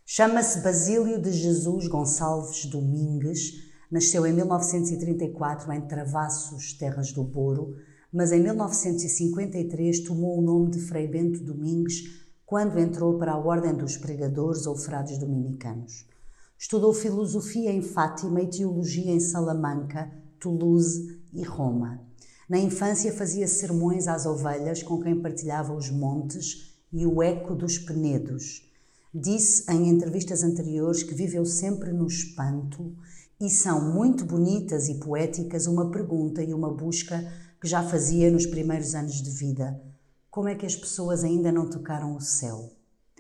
Chama-se Basílio de Jesus Gonçalves Domingues, nasceu em 1934 em Travassos, Terras do Boro, mas em 1953 tomou o nome de Frei Bento Domingues quando entrou para a Ordem dos Pregadores ou Frades Dominicanos. Estudou filosofia em Fátima e teologia em Salamanca, Toulouse e Roma. Na infância fazia sermões às ovelhas com quem partilhava os montes e o eco dos penedos. Disse em entrevistas anteriores que viveu sempre no espanto e são muito bonitas e poéticas uma pergunta e uma busca que já fazia nos primeiros anos de vida. Como é que as pessoas ainda não tocaram o céu?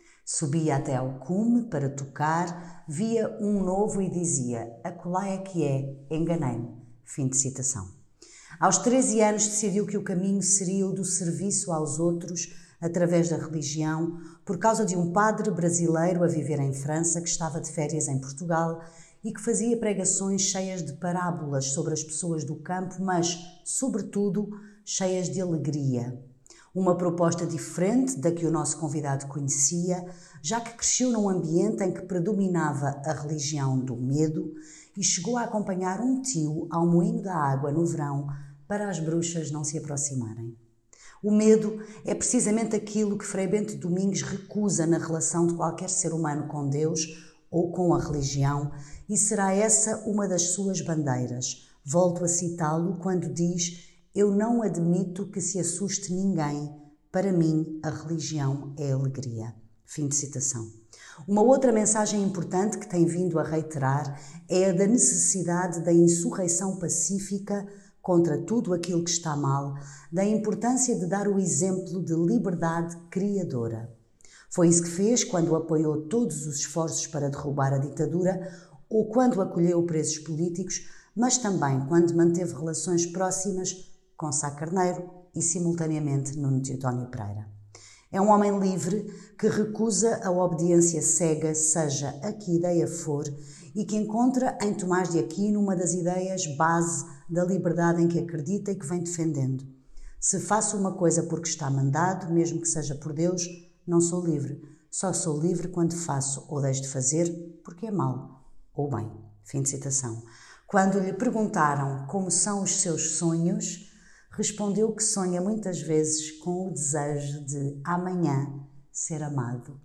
Subia até ao cume para tocar, via um novo e dizia: acolá é que é, enganei-me. Fim de citação. Aos 13 anos decidiu que o caminho seria o do serviço aos outros através da religião, por causa de um padre brasileiro a viver em França que estava de férias em Portugal e que fazia pregações cheias de parábolas sobre as pessoas do campo, mas, sobretudo, cheias de alegria. Uma proposta diferente da que o nosso convidado conhecia, já que cresceu num ambiente em que predominava a religião do medo e chegou a acompanhar um tio ao moinho da água no verão para as bruxas não se aproximarem. O medo é precisamente aquilo que Frei Bento Domingues recusa na relação de qualquer ser humano com Deus ou com a religião, e será essa uma das suas bandeiras. Volto a citá-lo quando diz: eu não admito que se assuste ninguém. Para mim, a religião é alegria. Fim de citação. Uma outra mensagem importante que tem vindo a reiterar é a da necessidade da insurreição pacífica contra tudo aquilo que está mal, da importância de dar o exemplo de liberdade criadora. Foi isso que fez quando apoiou todos os esforços para derrubar a ditadura ou quando acolheu presos políticos, mas também quando manteve relações próximas com Sá Carneiro e, simultaneamente, Nuno Teotónio Pereira. É um homem livre que recusa a obediência cega, seja a que ideia for, e que encontra em Tomás de Aquino uma das ideias base da liberdade em que acredita e que vem defendendo. Se faço uma coisa porque está mandado, mesmo que seja por Deus, não sou livre. Só sou livre quando faço ou deixo de fazer porque é mal ou bem. Fim de citação. Quando lhe perguntaram como são os seus sonhos, respondeu que sonha muitas vezes com o desejo de amanhã ser amado.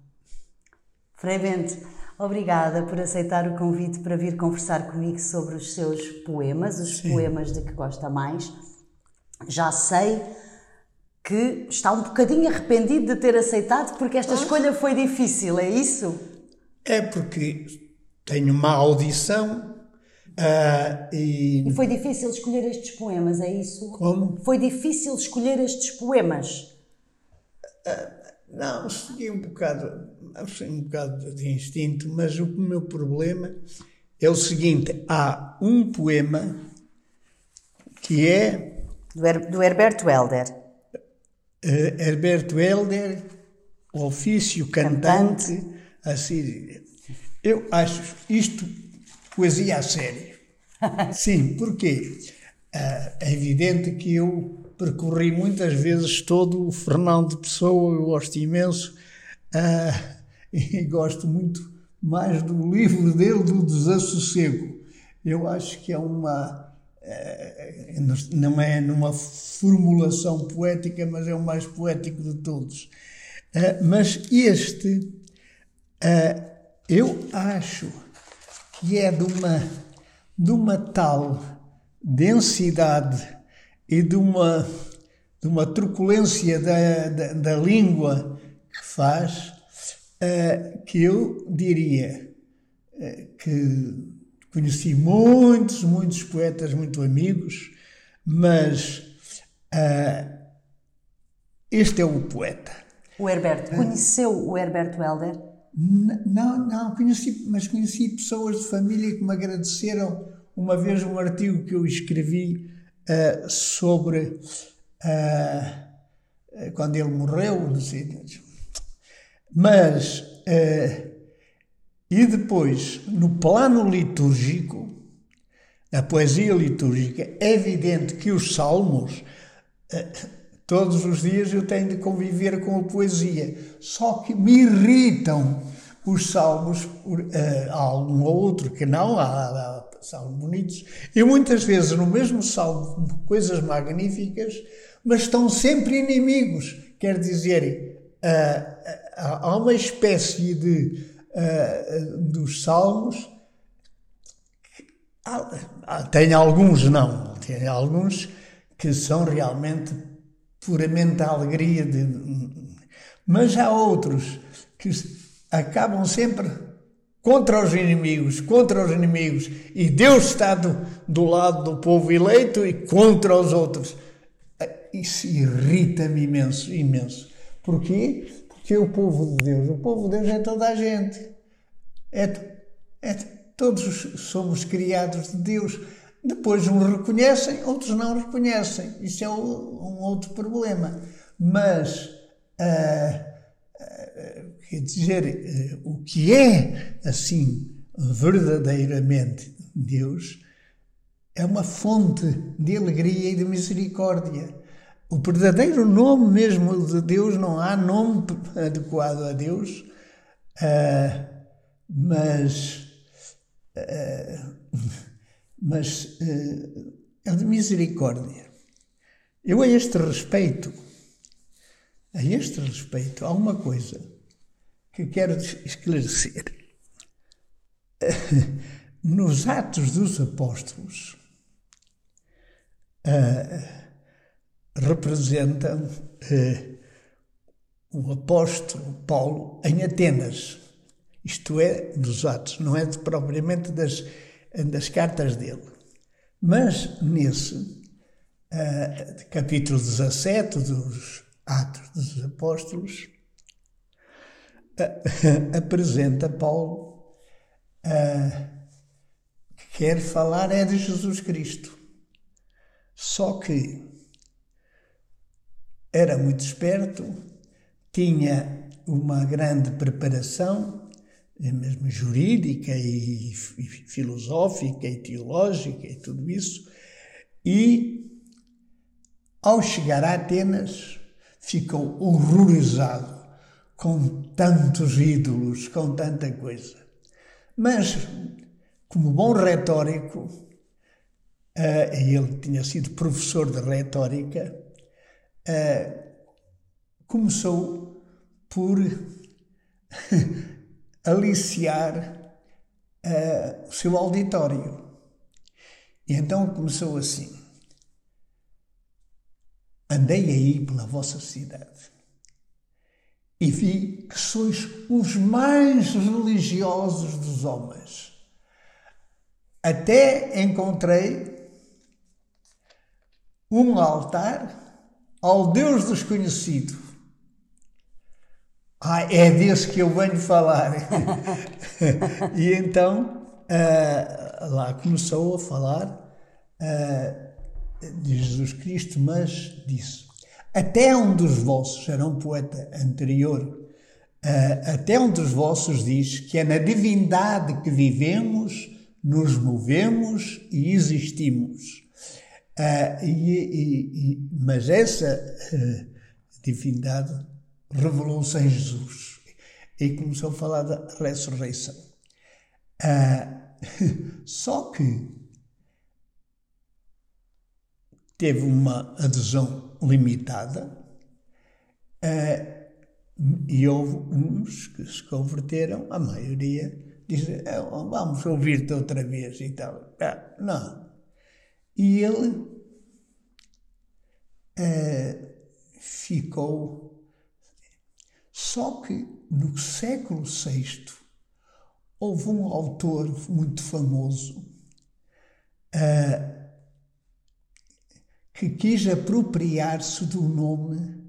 Frei Bento, obrigada por aceitar o convite para vir conversar comigo sobre os seus poemas, os poemas de que gosta mais. Já sei que está um bocadinho arrependido de ter aceitado porque esta escolha foi difícil, é isso? É porque tenho má audição E foi difícil escolher estes poemas, é isso? Como? Foi difícil escolher estes poemas? Não, segui um bocado de instinto, mas o meu problema é o seguinte: há um poema que é... Do Herberto Helder. Herberto Helder, o ofício cantante, assim. Eu acho isto poesia a sério. Sim, porque é evidente que eu percorri muitas vezes todo o Fernão de Pessoa, eu gosto imenso, e gosto muito mais do livro dele, do Desassossego. Eu acho que é não é numa formulação poética, mas é o mais poético de todos. Mas este, eu acho que é de uma tal densidade e de uma truculência da língua que faz, que eu diria que conheci muitos poetas, muito amigos, mas este é o poeta. O Herberto. Conheceu o Herberto Helder? Não conheci, mas conheci pessoas de família que me agradeceram uma vez um artigo que eu escrevi sobre quando ele morreu, não sei. Mas e depois, no plano litúrgico, a poesia litúrgica, é evidente que os salmos, todos os dias eu tenho de conviver com a poesia, só que me irritam, os salmos, há um ou outro que não, há salmos bonitos, e muitas vezes no mesmo salmo coisas magníficas, mas estão sempre inimigos. Quer dizer, há uma espécie dos salmos, tem alguns não, tem alguns que são realmente puramente a alegria, mas há outros que acabam sempre contra os inimigos, e Deus está do lado do povo eleito e contra os outros. Isso irrita-me imenso. Porquê? Porque o povo de Deus é toda a gente. Todos somos criados de Deus. Depois uns reconhecem, outros não reconhecem. Isso é um outro problema. Mas, quer dizer, o que é, assim, verdadeiramente Deus, é uma fonte de alegria e de misericórdia. O verdadeiro nome mesmo de Deus, não há nome adequado a Deus, mas é de misericórdia. Eu a este respeito, há uma coisa que quero esclarecer. Nos Atos dos Apóstolos, representam o apóstolo Paulo em Atenas. Isto é, dos Atos, não é propriamente das cartas dele. Mas nesse capítulo 17 dos Atos dos Apóstolos, apresenta Paulo que quer falar de Jesus Cristo. Só que era muito esperto, tinha uma grande preparação, mesmo jurídica e filosófica e teológica e tudo isso, e ao chegar a Atenas ficou horrorizado com tantos ídolos, com tanta coisa. Mas, como bom retórico, ele tinha sido professor de retórica, começou por aliciar o seu auditório. E então começou assim: andei aí pela vossa cidade e vi que sois os mais religiosos dos homens. Até encontrei um altar ao Deus desconhecido. É desse que eu venho falar. E então, lá começou a falar de Jesus Cristo, mas disse: até um dos vossos, era um poeta anterior, até um dos vossos diz que é na divindade que vivemos, nos movemos e existimos. Mas essa divindade revelou-se em Jesus e começou a falar da ressurreição. Só que teve uma adesão limitada e houve uns que se converteram, a maioria dizem: vamos ouvir-te outra vez e tal. Não. E ele ficou. Só que no século VI houve um autor muito famoso que quis apropriar-se do nome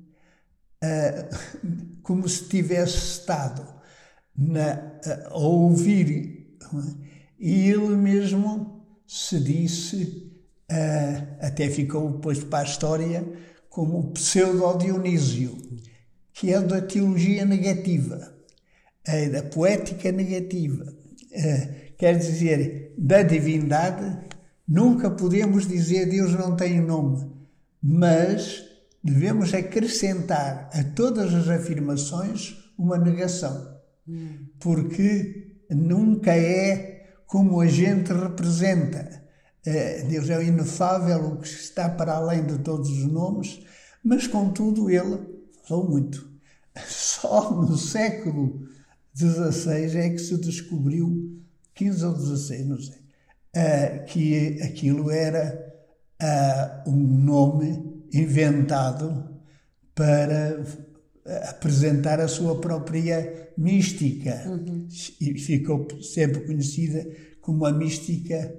como se tivesse estado a ouvir. E ele mesmo se disse, até ficou depois para a história, como pseudo-Dionísio, que é da teologia negativa, da poética negativa. Quer dizer, da divindade, nunca podemos dizer Deus não tem nome, mas devemos acrescentar a todas as afirmações uma negação. porque nunca é como a gente representa. Deus é o inefável, o que está para além de todos os nomes, mas contudo ele falou muito. Só no século XVI é que se descobriu, 15 ou 16, não sei, que aquilo era um nome inventado para apresentar a sua própria mística. E ficou sempre conhecida como a mística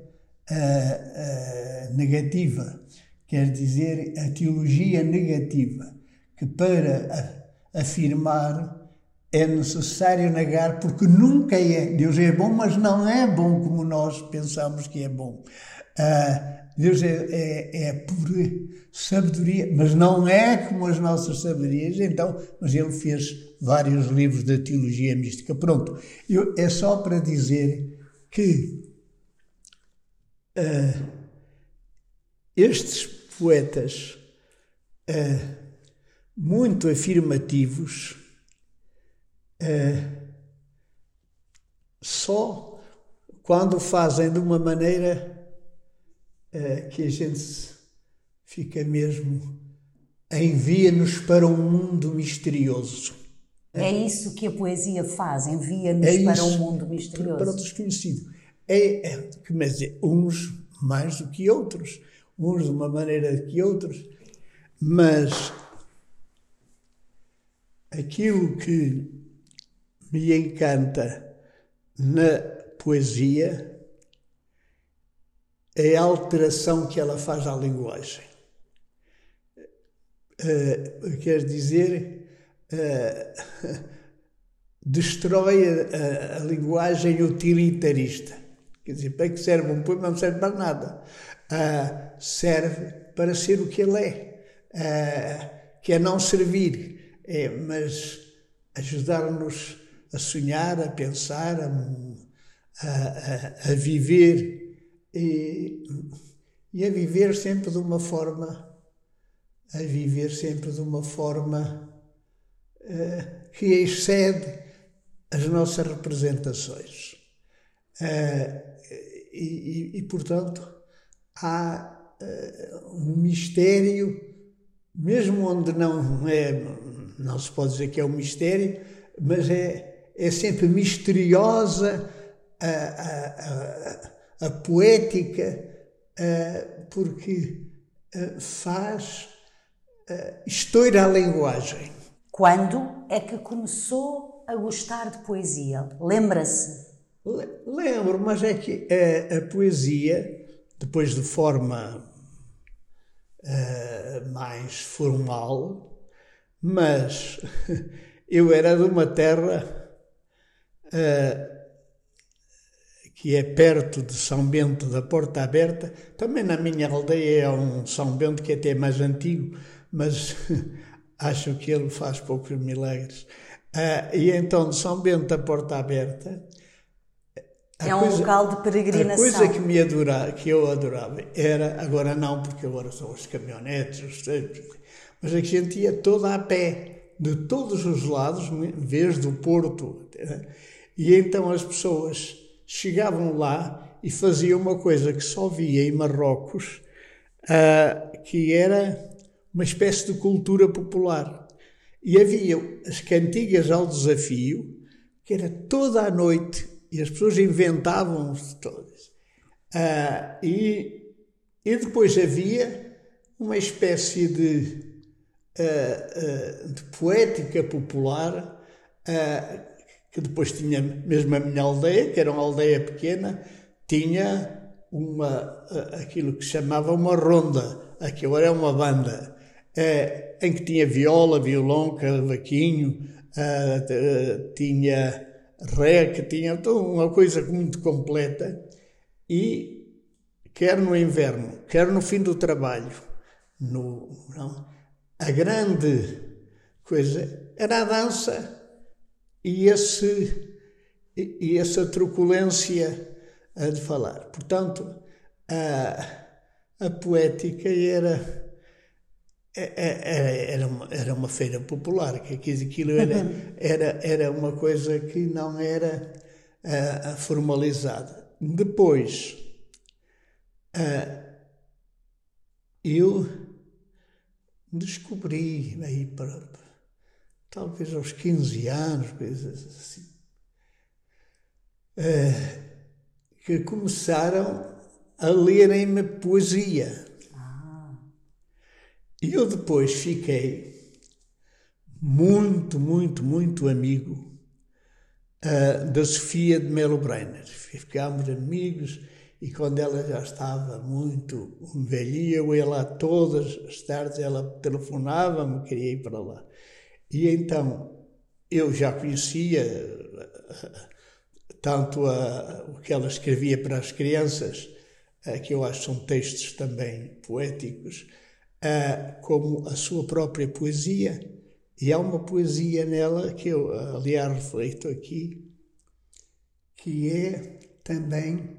negativa, quer dizer, a teologia negativa, que para afirmar é necessário negar, porque nunca é. Deus é bom, mas não é bom como nós pensamos que é bom. Deus é por sabedoria, mas não é como as nossas sabedorias. Então, mas ele fez vários livros de teologia mística. Pronto, é só para dizer que estes poetas muito afirmativos só quando fazem de uma maneira que a gente fica mesmo, envia-nos para um mundo misterioso. É isso que a poesia faz, envia-nos para um mundo misterioso. Para o desconhecido. Quer dizer, uns mais do que outros, uns de uma maneira que outros, mas aquilo que me encanta na poesia é a alteração que ela faz à linguagem. Quer dizer, destrói a linguagem utilitarista. Quer dizer, para que serve um poema? Não serve para nada. Serve para ser o que ele é, que é não servir, mas ajudar-nos a sonhar, a pensar, a viver e a viver sempre de uma forma, que excede as nossas representações. Portanto, há um mistério, mesmo onde não se pode dizer que é um mistério, mas é sempre misteriosa a poética, porque faz estoura a linguagem. Quando é que começou a gostar de poesia? Lembra-se? Lembro, mas é que a poesia, depois de forma mais formal, mas eu era de uma terra que é perto de São Bento da Porta Aberta. Também na minha aldeia é um São Bento que até é mais antigo, mas acho que ele faz poucos milagres. E então de São Bento da Porta Aberta um local de peregrinação. A coisa que eu adorava era, agora não, porque agora são os caminhonetes, mas a gente ia toda a pé, de todos os lados, desde o Porto. E então as pessoas chegavam lá e faziam uma coisa que só via em Marrocos, que era uma espécie de cultura popular. E havia as cantigas ao desafio, que era toda a noite, e as pessoas inventavam-se todas. E depois havia uma espécie de poética popular, que depois tinha, mesmo a minha aldeia, que era uma aldeia pequena, tinha aquilo que se chamava uma ronda, aquilo era uma banda, em que tinha viola, violão, cavaquinho, tinha rec, tinha toda uma coisa muito completa, e quer no inverno, quer no fim do trabalho, a grande coisa era a dança e essa truculência de falar. Portanto, a poética Era uma feira popular, que aquilo era uma coisa que não era formalizada. Depois, eu descobri, aí talvez aos 15 anos, coisas assim, que começaram a lerem-me poesia. E eu depois fiquei muito, muito, muito amigo da Sofia de Melo Brenner. Ficámos amigos e quando ela já estava muito velhinha, eu ia lá todas as tardes, ela telefonava-me, queria ir para lá. E então eu já conhecia tanto o que ela escrevia para as crianças, que eu acho que são textos também poéticos, como a sua própria poesia. E há uma poesia nela que eu, aliás, reflito aqui, que é também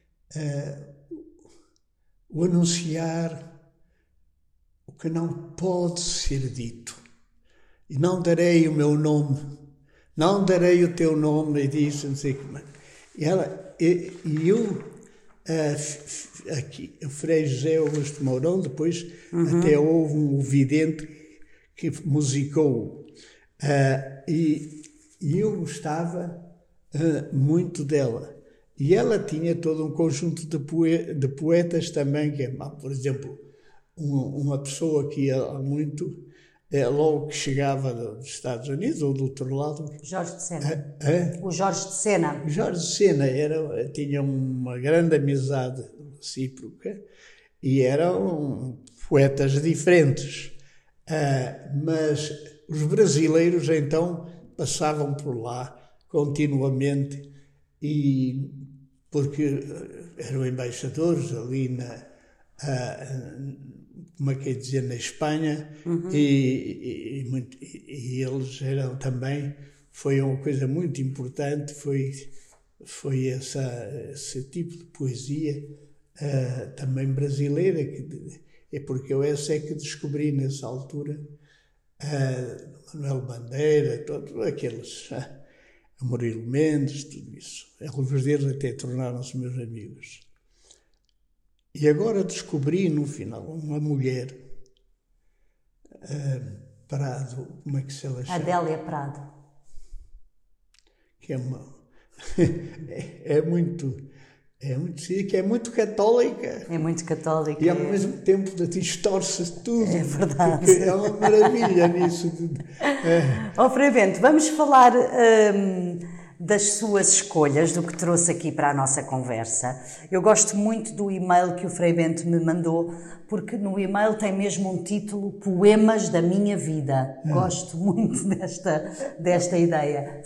o anunciar o que não pode ser dito. E não darei o meu nome, não darei o teu nome, e diz, não sei como. E eu, aqui, o Frei José Augusto Mourão, depois até houve um vidente que musicou, e eu gostava muito dela. E ela tinha todo um conjunto de poetas também, que é, por exemplo, uma pessoa que ia muito, logo que chegava dos Estados Unidos ou do outro lado. Jorge de Sena. O Jorge de Sena. Jorge de Sena tinha uma grande amizade recíproca e eram poetas diferentes. Mas os brasileiros então passavam por lá continuamente, porque eram embaixadores ali como é que é dizer, na Espanha, e eles eram também, foi uma coisa muito importante, foi esse tipo de poesia também brasileira, é porque eu essa é que descobri nessa altura, Manuel Bandeira, todos aqueles, Murilo Mendes, tudo isso. Alguns deles até tornaram-se meus amigos. E agora descobri, no final, uma mulher, Prado, como é que se ela chama? Adélia Prado. Que é muito católica. É muito católica. E ao mesmo tempo distorce tudo. É verdade. É uma maravilha nisso. Frei Bento, vamos falar das suas escolhas, do que trouxe aqui para a nossa conversa. Eu gosto muito do e-mail que o Frei Bento me mandou, porque no e-mail tem mesmo um título, Poemas da Minha Vida. Gosto muito desta ideia.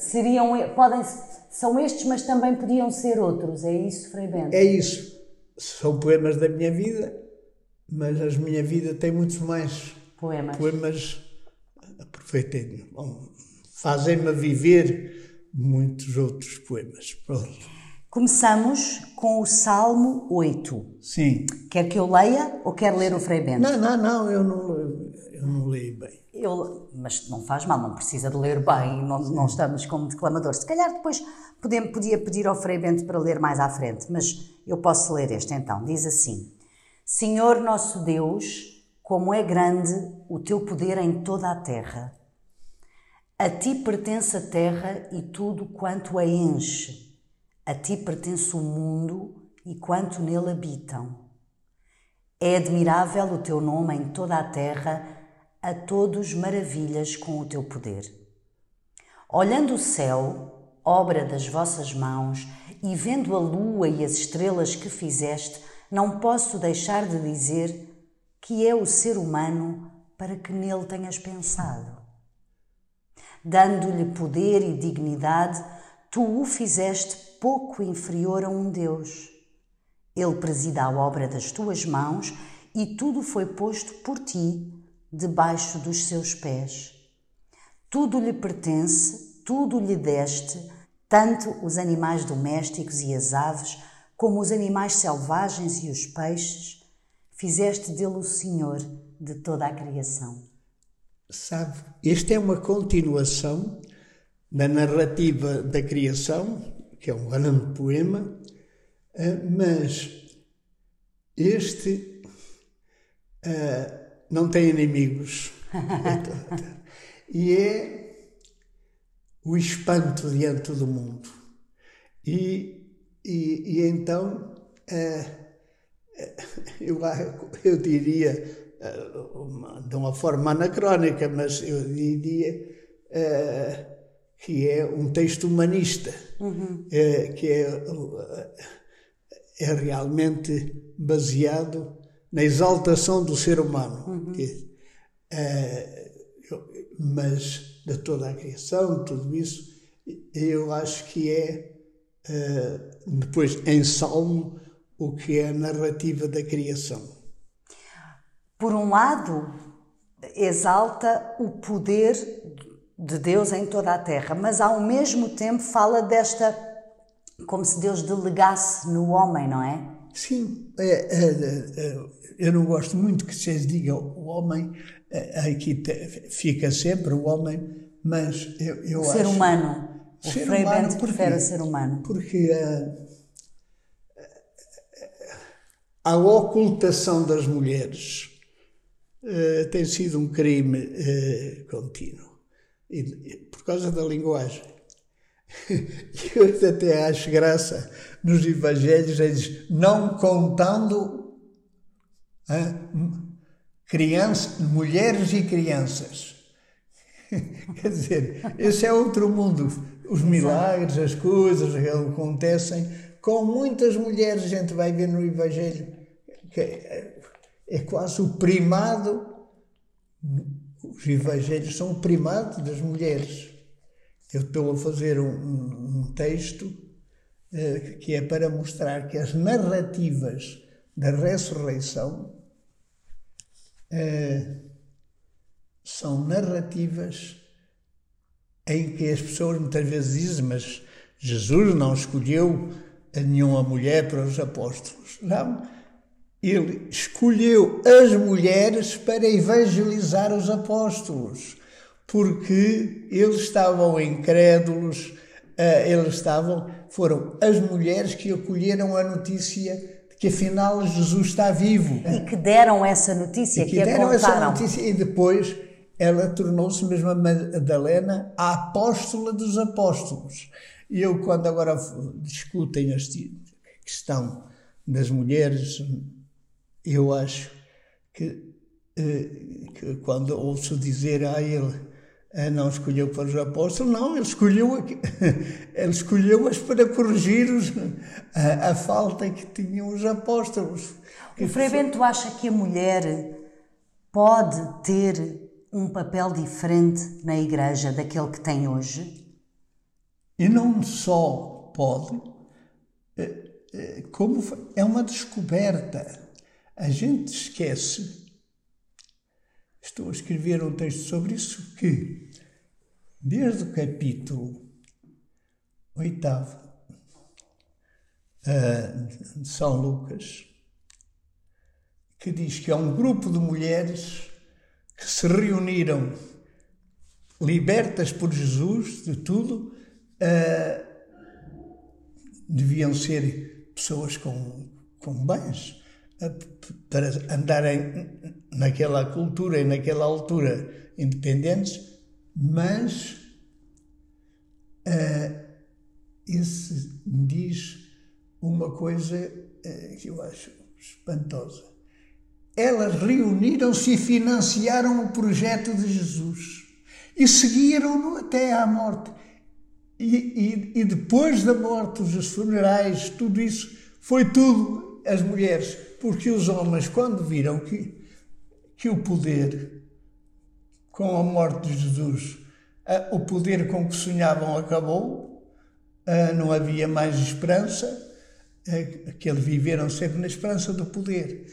São estes, mas também podiam ser outros, é isso, Frei Bento? É isso. São poemas da minha vida, mas a minha vida tem muitos mais poemas aproveitei, fazem-me viver muitos outros poemas. Pronto. Começamos com o Salmo 8. Sim. Quer que eu leia ou quer ler o Frei Bento? Não, eu não leio bem. Mas não faz mal, não precisa de ler bem, não estamos como declamadores. Se calhar depois podia pedir ao Frei Bento para ler mais à frente, mas eu posso ler este então. Diz assim: Senhor nosso Deus, como é grande o teu poder em toda a terra. A ti pertence a terra e tudo quanto a enche. A ti pertence o mundo e quanto nele habitam. É admirável o teu nome em toda a terra, a todos maravilhas com o teu poder. Olhando o céu, obra das vossas mãos, e vendo a lua e as estrelas que fizeste, não posso deixar de dizer que é o ser humano para que nele tenhas pensado. Dando-lhe poder e dignidade, tu o fizeste pouco inferior a um Deus. Ele presida a obra das tuas mãos e tudo foi posto por ti debaixo dos seus pés. Tudo lhe pertence, tudo lhe deste, tanto os animais domésticos e as aves, como os animais selvagens e os peixes. Fizeste dele o Senhor, de toda a criação? Sabe, esta é uma continuação da narrativa da criação, que é um grande poema, mas este não tem inimigos. E é o espanto diante do mundo. E então, eu diria, de uma forma anacrónica, mas eu diria que é um texto humanista, que é realmente baseado na exaltação do ser humano. Mas de toda a criação, tudo isso, eu acho que é, depois em Salmo, o que é a narrativa da criação. Por um lado, exalta o poder de Deus em toda a terra, mas ao mesmo tempo fala desta, como se Deus delegasse no homem, não é? Sim, eu não gosto muito que se diga o homem, aqui fica sempre o homem, mas eu o acho... ser humano. O Frei Bento prefere o ser humano. Porque a ocultação das mulheres tem sido um crime contínuo, por causa da linguagem. Eu até acho graça nos evangelhos, eles não contando crianças, mulheres e crianças. Quer dizer, esse é outro mundo. Os milagres, as coisas que acontecem com muitas mulheres, a gente vai ver no evangelho que é quase o primado. Os evangelhos são o primado das mulheres. Eu estou a fazer um texto que é para mostrar que as narrativas da ressurreição são narrativas em que as pessoas muitas vezes dizem, mas Jesus não escolheu nenhuma mulher para os apóstolos. Não. Ele escolheu as mulheres para evangelizar os apóstolos, porque eles estavam incrédulos, foram as mulheres que acolheram a notícia de que afinal Jesus está vivo. E que deram essa notícia, que deram essa notícia, e depois ela tornou-se mesmo a Madalena a apóstola dos apóstolos. E eu, quando agora discutem a questão das mulheres, eu acho que quando ouço dizer ele não escolheu para os apóstolos, não, ele escolheu-as para corrigir a falta que tinham os apóstolos. O Frei Bento acha que a mulher pode ter um papel diferente na Igreja daquele que tem hoje? E não só pode, como é uma descoberta. A gente esquece, estou a escrever um texto sobre isso, que desde o capítulo 8º de São Lucas, que diz que é um grupo de mulheres que se reuniram libertas por Jesus de tudo, deviam ser pessoas com bens, para andarem naquela cultura e naquela altura independentes, mas esse diz uma coisa que eu acho espantosa. Elas reuniram-se e financiaram o projeto de Jesus e seguiram-no até à morte. E depois da morte, os funerais, tudo isso, foi tudo as mulheres, porque os homens, quando viram que o poder, com a morte de Jesus, o poder com que sonhavam acabou, não havia mais esperança, que eles viveram sempre na esperança do poder.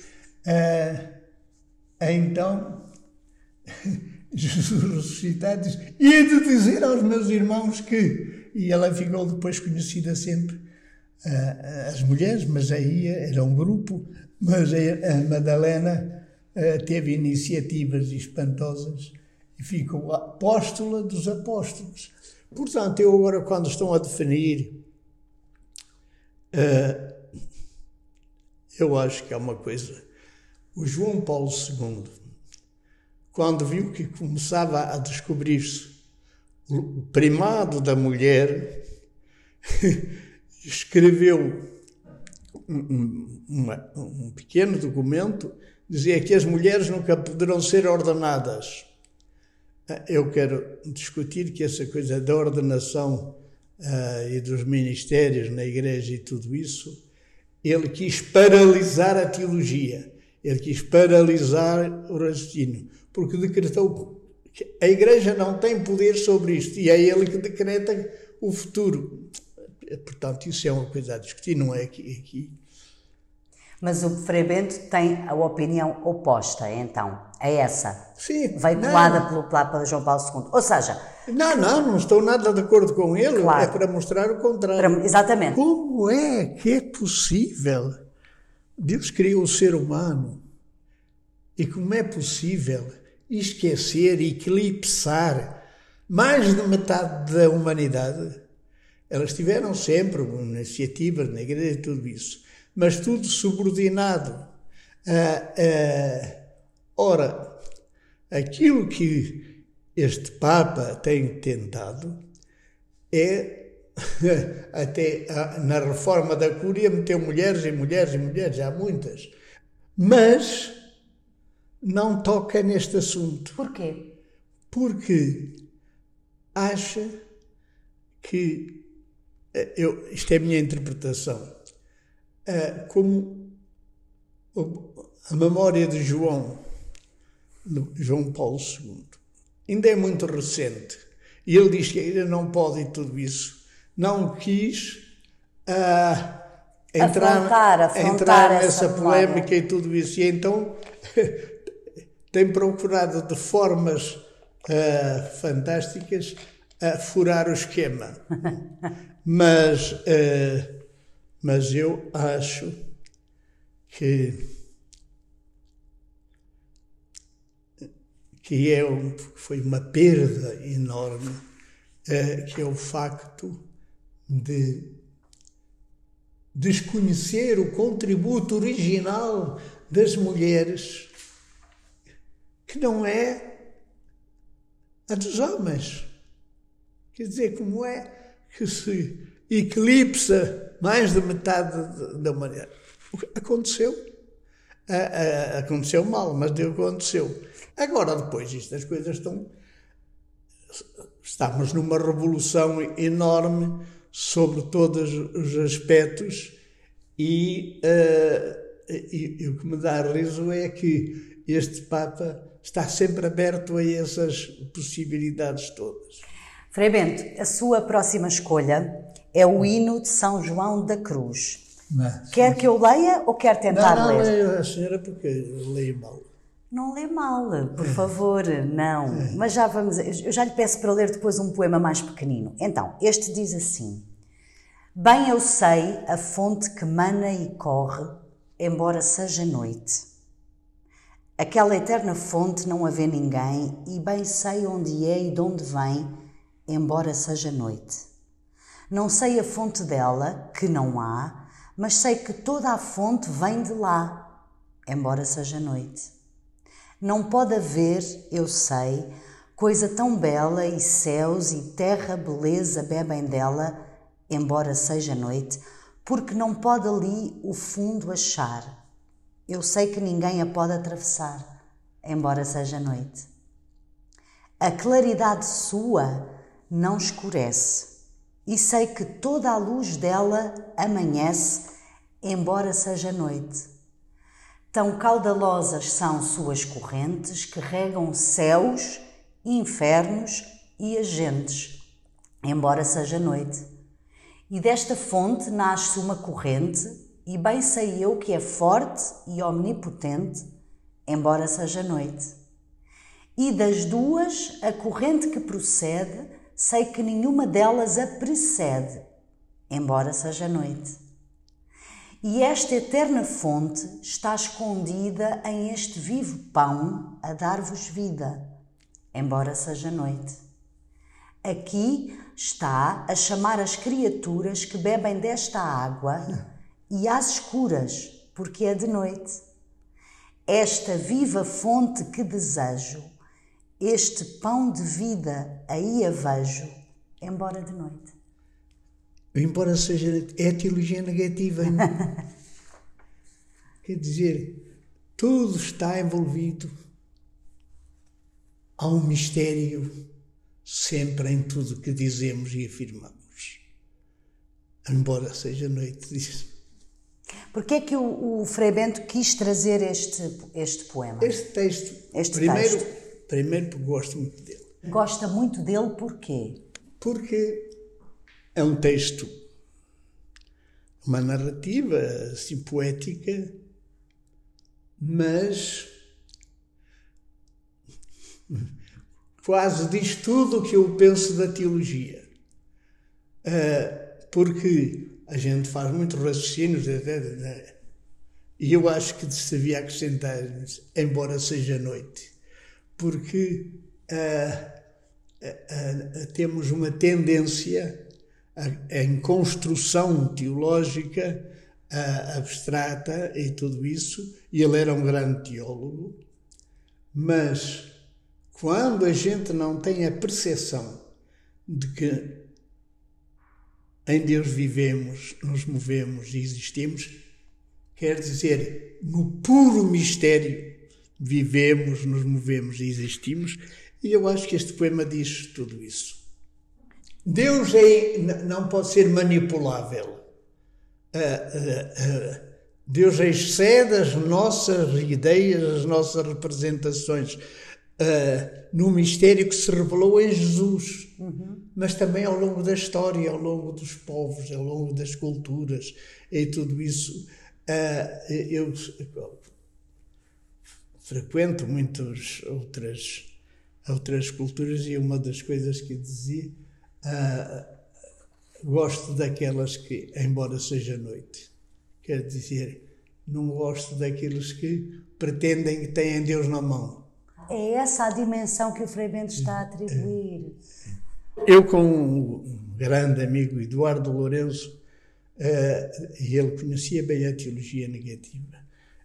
Então, Jesus ressuscitado diz, e de dizer aos meus irmãos que... E ela ficou depois conhecida sempre, as mulheres, mas aí era um grupo, mas a Madalena teve iniciativas espantosas e ficou apóstola dos apóstolos. Portanto, eu agora, quando estão a definir, eu acho que é uma coisa. O João Paulo II, quando viu que começava a descobrir-se o primado da mulher, escreveu um pequeno documento, dizia que as mulheres nunca poderão ser ordenadas. Eu quero discutir que essa coisa da ordenação e dos ministérios na igreja e tudo isso, ele quis paralisar a teologia, ele quis paralisar o raciocínio, porque decretou que a igreja não tem poder sobre isto e é ele que decreta o futuro. Portanto, isso é uma coisa a discutir, não é aqui. Mas o Frei Bento tem a opinião oposta, então, a essa. Sim. Veiculada pelo Papa João Paulo II. Ou seja... Não estou nada de acordo com ele, claro. É para mostrar o contrário. Exatamente. Como é que é possível? Deus criou o ser humano e como é possível esquecer e eclipsar mais de metade da humanidade? Elas tiveram sempre iniciativas na igreja e tudo isso, mas tudo subordinado. Ora, aquilo que este Papa tem tentado é, até na reforma da Cúria, meteu mulheres e mulheres e mulheres, há muitas, mas não toca neste assunto. Porquê? Porque acha que, isto é a minha interpretação, como a memória de João Paulo II ainda é muito recente e ele diz que ainda não pode e tudo isso, não quis entrar nessa polémica e tudo isso, e então tem procurado de formas fantásticas furar o esquema. Mas eu acho que foi uma perda enorme, que é o facto de desconhecer o contributo original das mulheres, que não é a dos homens. Quer dizer, como é que se eclipsa mais de metade da humanidade? Aconteceu. Aconteceu mal, mas aconteceu. Agora, depois, estas coisas estamos numa revolução enorme sobre todos os aspectos e o que me dá riso é que este Papa está sempre aberto a essas possibilidades todas. Frei Bento, a sua próxima escolha é o hino de São João da Cruz. Quer que eu leia ou quer tentar ler? Não, leia a senhora porque eu leio mal. Não lê mal, por favor, não. Mas já vamos... Eu já lhe peço para ler depois um poema mais pequenino. Então, este diz assim: Bem eu sei a fonte que mana e corre, embora seja noite. Aquela eterna fonte não a vê ninguém, e bem sei onde é e de onde vem, embora seja noite. Não sei a fonte dela, que não há, mas sei que toda a fonte vem de lá, embora seja noite. Não pode haver, eu sei, coisa tão bela e céus e terra beleza bebem dela, embora seja noite, porque não pode ali o fundo achar. Eu sei que ninguém a pode atravessar, embora seja noite. A claridade sua não escurece, e sei que toda a luz dela amanhece, embora seja noite. Tão caudalosas são suas correntes que regam céus, infernos e as gentes, embora seja noite. E desta fonte nasce uma corrente, e bem sei eu que é forte e omnipotente, embora seja noite. E das duas, a corrente que procede, sei que nenhuma delas a precede, embora seja noite. E esta eterna fonte está escondida em este vivo pão a dar-vos vida, embora seja noite. Aqui está a chamar as criaturas que bebem desta água e às escuras, porque é de noite. Esta viva fonte que desejo, este pão de vida aí a vejo, embora de noite. Embora seja, é a teologia negativa. Quer dizer, tudo está envolvido. Há um mistério sempre em tudo que dizemos e afirmamos. Embora seja noite, diz. Porquê é que o Frei Bento quis trazer este poema? Este texto, primeiro porque gosto muito dele. Gosta muito dele porquê? Porque é um texto, uma narrativa assim poética, mas quase diz tudo o que eu penso da teologia. Porque a gente faz muitos raciocínios e eu acho que se devia acrescentar, embora seja noite, porque temos uma tendência em construção teológica abstrata e tudo isso, e ele era um grande teólogo, mas quando a gente não tem a percepção de que em Deus vivemos, nos movemos e existimos, quer dizer, no puro mistério vivemos, nos movemos e existimos, e eu acho que este poema diz tudo isso. Deus não pode ser manipulável. Deus excede as nossas ideias, as nossas representações, no mistério que se revelou em Jesus, mas também ao longo da história, ao longo dos povos, ao longo das culturas e tudo isso. Eu frequento muitas outras culturas e uma das coisas que dizia, gosto daquelas que, embora seja noite, quer dizer, não gosto daqueles que pretendem que têm Deus na mão. É essa a dimensão que o Frei Bento está a atribuir. Eu, com um grande amigo, Eduardo Lourenço, e ele conhecia bem a teologia negativa,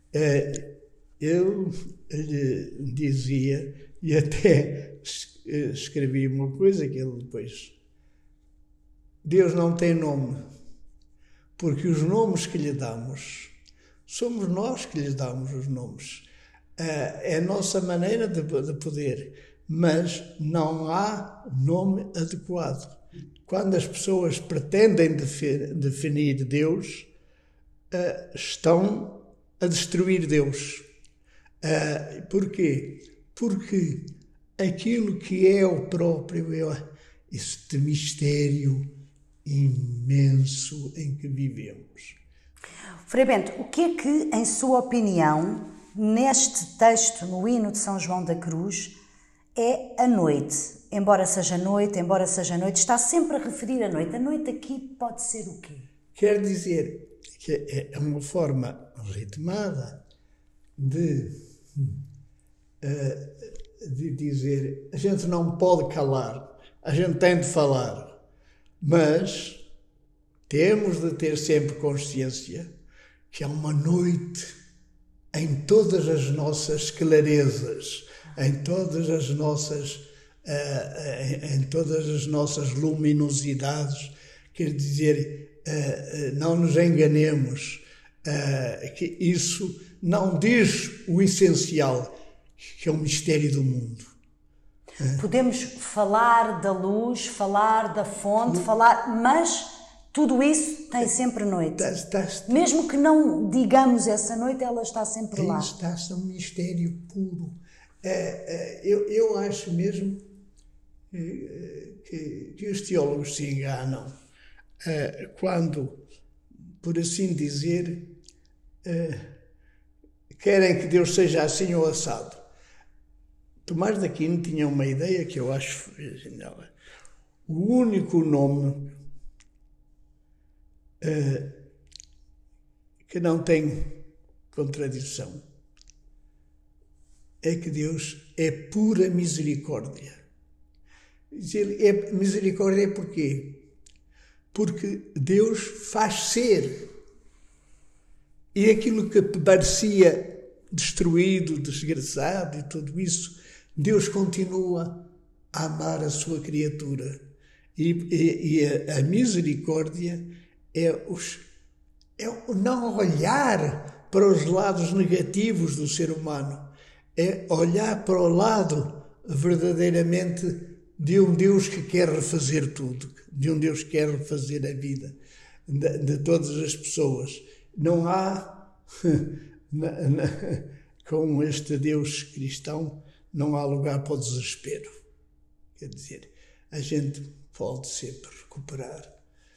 eu lhe dizia, e até escrevi uma coisa que ele depois... Deus não tem nome, porque os nomes que lhe damos, somos nós que lhe damos os nomes. É a nossa maneira de poder, mas não há nome adequado. Quando as pessoas pretendem definir Deus, estão a destruir Deus. Porquê? Porque aquilo que é o próprio, este mistério imenso em que vivemos. Frei Bento, o que é que, em sua opinião, neste texto, no hino de São João da Cruz, é a noite? Embora seja noite, está sempre a referir a noite. A noite aqui pode ser o quê? Quer dizer que é uma forma ritmada de dizer, a gente não pode calar, a gente tem de falar, mas temos de ter sempre consciência que há uma noite em todas as nossas clarezas, em todas as nossas luminosidades. Quer dizer, não nos enganemos, que isso não diz o essencial, que é o mistério do mundo. Podemos falar da luz, falar da fonte, mas tudo isso tem sempre noite. Mesmo que não digamos essa noite, ela está sempre lá. Está-se um mistério puro. Eu acho mesmo que os teólogos se enganam quando, por assim dizer, querem que Deus seja assim ou assado. Tomás de Aquino tinha uma ideia que eu acho genial. O único nome que não tem contradição. É que Deus é pura misericórdia. Misericórdia porquê? Porque Deus faz ser. E aquilo que parecia destruído, desgraçado e tudo isso, Deus continua a amar a sua criatura. E a misericórdia é o não olhar para os lados negativos do ser humano, é olhar para o lado verdadeiramente de um Deus que quer refazer tudo, de um Deus que quer refazer a vida de todas as pessoas. Não há, com este Deus cristão, não há lugar para o desespero. Quer dizer, a gente pode sempre recuperar.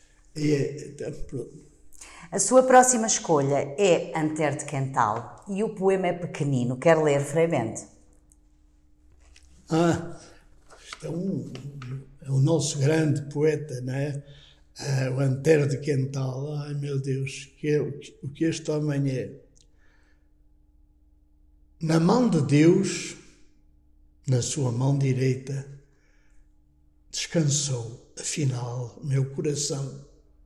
A sua próxima escolha é Antero de Quental e o poema é pequenino. Quer ler, Frei Bento? Isto é o nosso grande poeta, não é? O Antero de Quental. Ai, meu Deus, o que este homem é. Na mão de Deus, na sua mão direita, descansou, afinal, meu coração.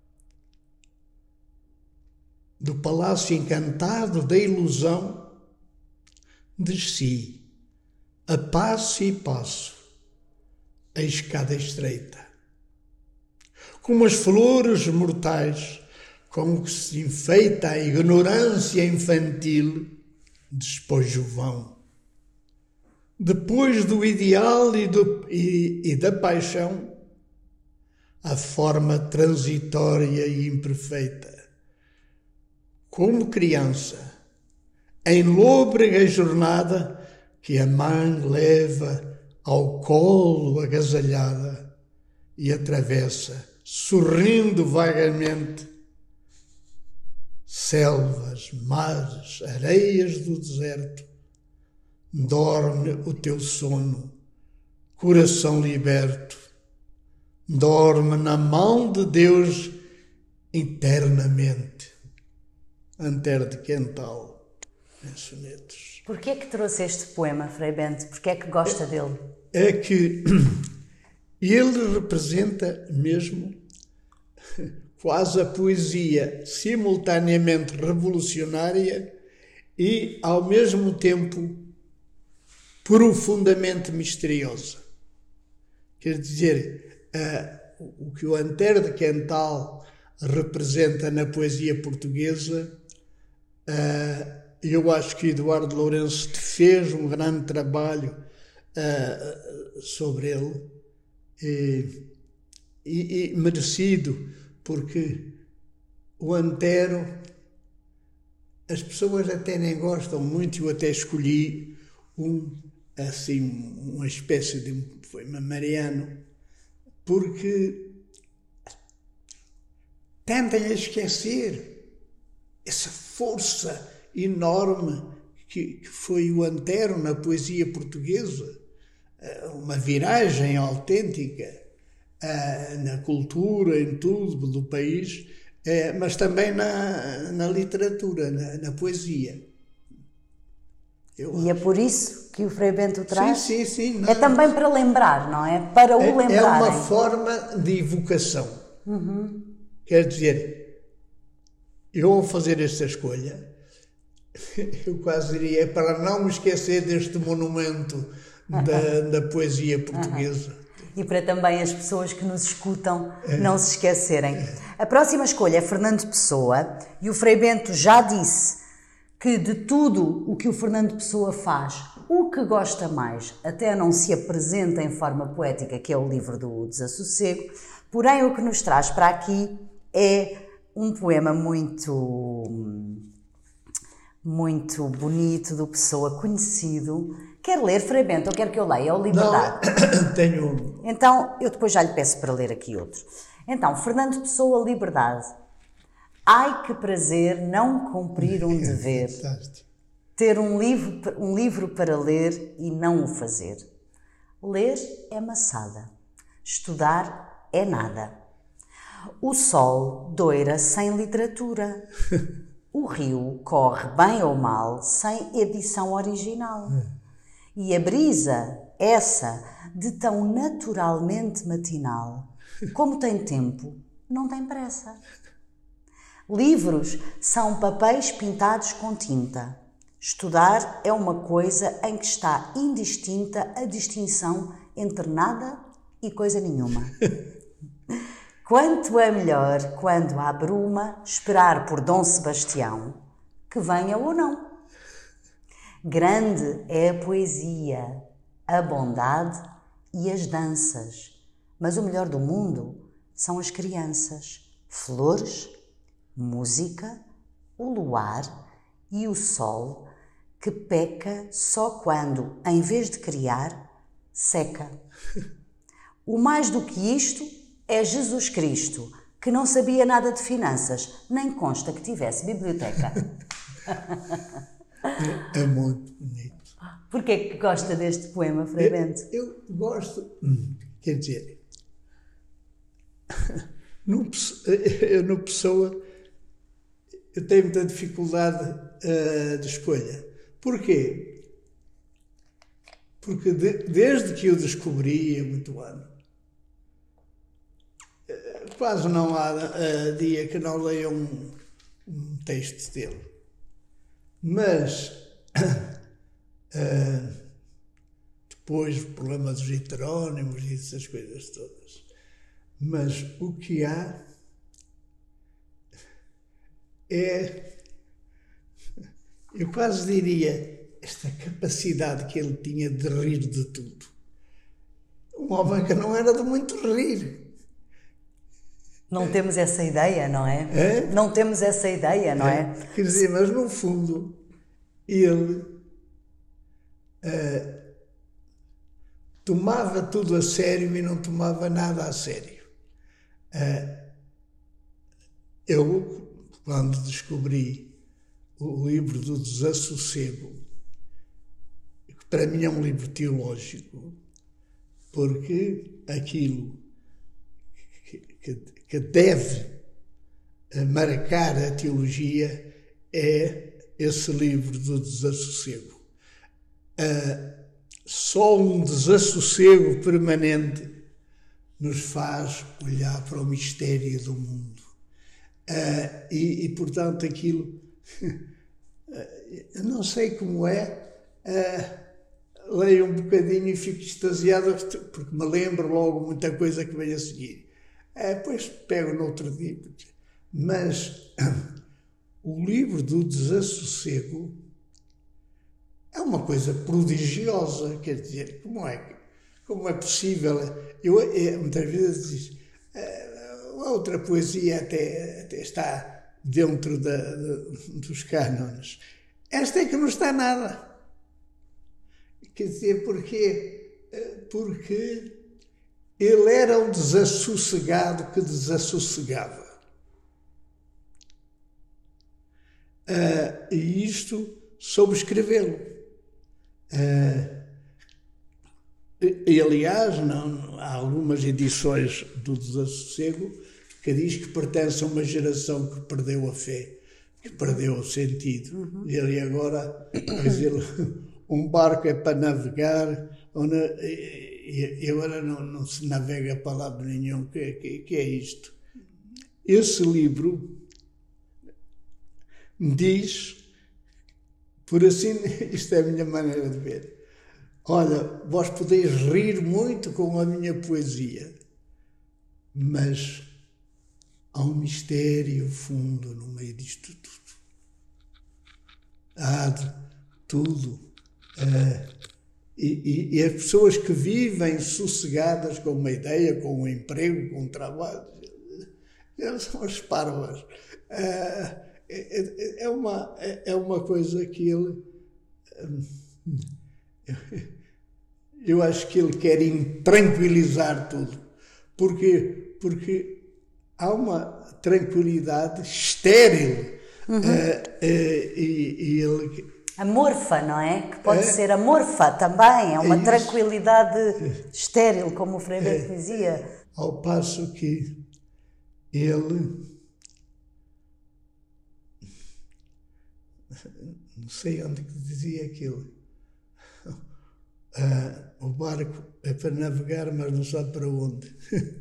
Do palácio encantado da ilusão, desci, a passo e passo, a escada estreita. Como as flores mortais, com que se enfeita a ignorância infantil, despojo vão. Depois do ideal e da paixão, a forma transitória e imperfeita. Como criança, em lôbrega jornada que a mãe leva ao colo agasalhada e atravessa, sorrindo vagamente, selvas, mares, areias do deserto. Dorme o teu sono, coração liberto. Dorme na mão de Deus eternamente. Antero de Quental, em sonetos. Porquê é que trouxe este poema, Frei Bento? Porquê é que gosta dele? É que ele representa mesmo quase a poesia simultaneamente revolucionária e, ao mesmo tempo, profundamente misteriosa. Quer dizer, o que o Antero de Quental representa na poesia portuguesa, eu acho que Eduardo Lourenço fez um grande trabalho sobre ele e merecido, porque o Antero, as pessoas até nem gostam muito, eu até escolhi uma espécie de poema mariano, porque tendem a esquecer essa força enorme que foi o Antero na poesia portuguesa, uma viragem autêntica na cultura, em tudo do país, mas também na literatura, na poesia. E é por isso que o Frei Bento traz? Sim. É também para lembrar, não é? Para o lembrarem. É uma forma de evocação. Quer dizer, eu ao fazer esta escolha, eu quase diria, para não me esquecer deste monumento da poesia portuguesa. E para também as pessoas que nos escutam não se esquecerem. A próxima escolha é Fernando Pessoa, e o Frei Bento já disse que de tudo o que o Fernando Pessoa faz, o que gosta mais, até não se apresenta em forma poética, que é o livro do Desassossego, porém o que nos traz para aqui é um poema muito bonito, do Pessoa, conhecido. Quer ler, Frei Bento, ou quer que eu leia? É o Liberdade. Não, tenho... Então, eu depois já lhe peço para ler aqui outro. Então, Fernando Pessoa, Liberdade. Ai, que prazer não cumprir um dever. Ter um livro para ler e não o fazer. Ler é maçada. Estudar é nada. O sol doira sem literatura. O rio corre bem ou mal sem edição original. E a brisa, essa, de tão naturalmente matinal, como tem tempo, não tem pressa. Livros são papéis pintados com tinta. Estudar é uma coisa em que está indistinta a distinção entre nada e coisa nenhuma. Quanto é melhor, quando há bruma, esperar por Dom Sebastião, que venha ou não. Grande é a poesia, a bondade e as danças, mas o melhor do mundo são as crianças, flores, música, o luar e o sol, que peca só quando, em vez de criar, seca. O mais do que isto é Jesus Cristo, que não sabia nada de finanças, nem consta que tivesse biblioteca. É muito bonito. Porquê é que gosta deste poema, Frei Bento? Eu gosto, quer dizer, no Pessoa, eu tenho muita dificuldade de escolha. Porquê? Porque desde que eu descobri, há muito ano, quase não há dia que não leia um texto dele. Mas, depois o problema dos heterónimos e essas coisas todas. Mas o que há é, eu quase diria, esta capacidade que ele tinha de rir de tudo. Um homem que não era de muito rir. Não temos essa ideia, não é? Não temos essa ideia, não é? Quer dizer, mas no fundo, ele tomava tudo a sério e não tomava nada a sério. Eu, quando descobri o livro do Desassossego, que para mim é um livro teológico, porque aquilo que deve marcar a teologia é esse livro do Desassossego. Só um desassossego permanente nos faz olhar para o mistério do mundo. Portanto, aquilo... eu não sei como é... leio um bocadinho e fico extasiado, porque me lembro logo muita coisa que vem a seguir. Depois pego no outro dia. Mas o livro do Desassossego é uma coisa prodigiosa, quer dizer, como é possível? Eu muitas vezes digo, a outra poesia até está dentro dos cânones. Esta é que não está nada. Quer dizer, porquê? Porque ele era um desassossegado que desassossegava. E isto soube escrevê-lo. E, aliás, há algumas edições do Desassossego que diz que pertence a uma geração que perdeu a fé, que perdeu o sentido. Ele agora, um barco é para navegar, e agora não se navega para lado nenhum. Que é isto? Esse livro diz, por assim, isto é a minha maneira de ver, olha, vós podeis rir muito com a minha poesia, mas há um mistério fundo no meio disto tudo. Há tudo. E as pessoas que vivem sossegadas com uma ideia, com um emprego, com um trabalho, elas são as parvas. É uma coisa que ele... Eu acho que ele quer tranquilizar tudo. Porque há uma tranquilidade estéril. E ele... Amorfa, não é? Que pode ser amorfa também. É uma tranquilidade estéril, como o Frei Bento dizia. Ao passo que ele não sei onde que dizia aquilo. O barco é para navegar, mas não sabe para onde.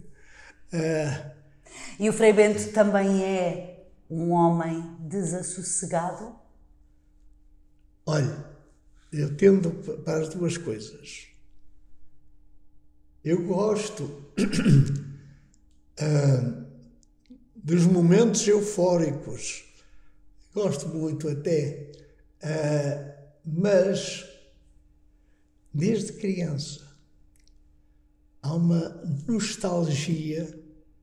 E o Frei Bento também é um homem desassossegado? Olha, eu tendo para as duas coisas. Eu gosto dos momentos eufóricos. Gosto muito até. Mas, desde criança, há uma nostalgia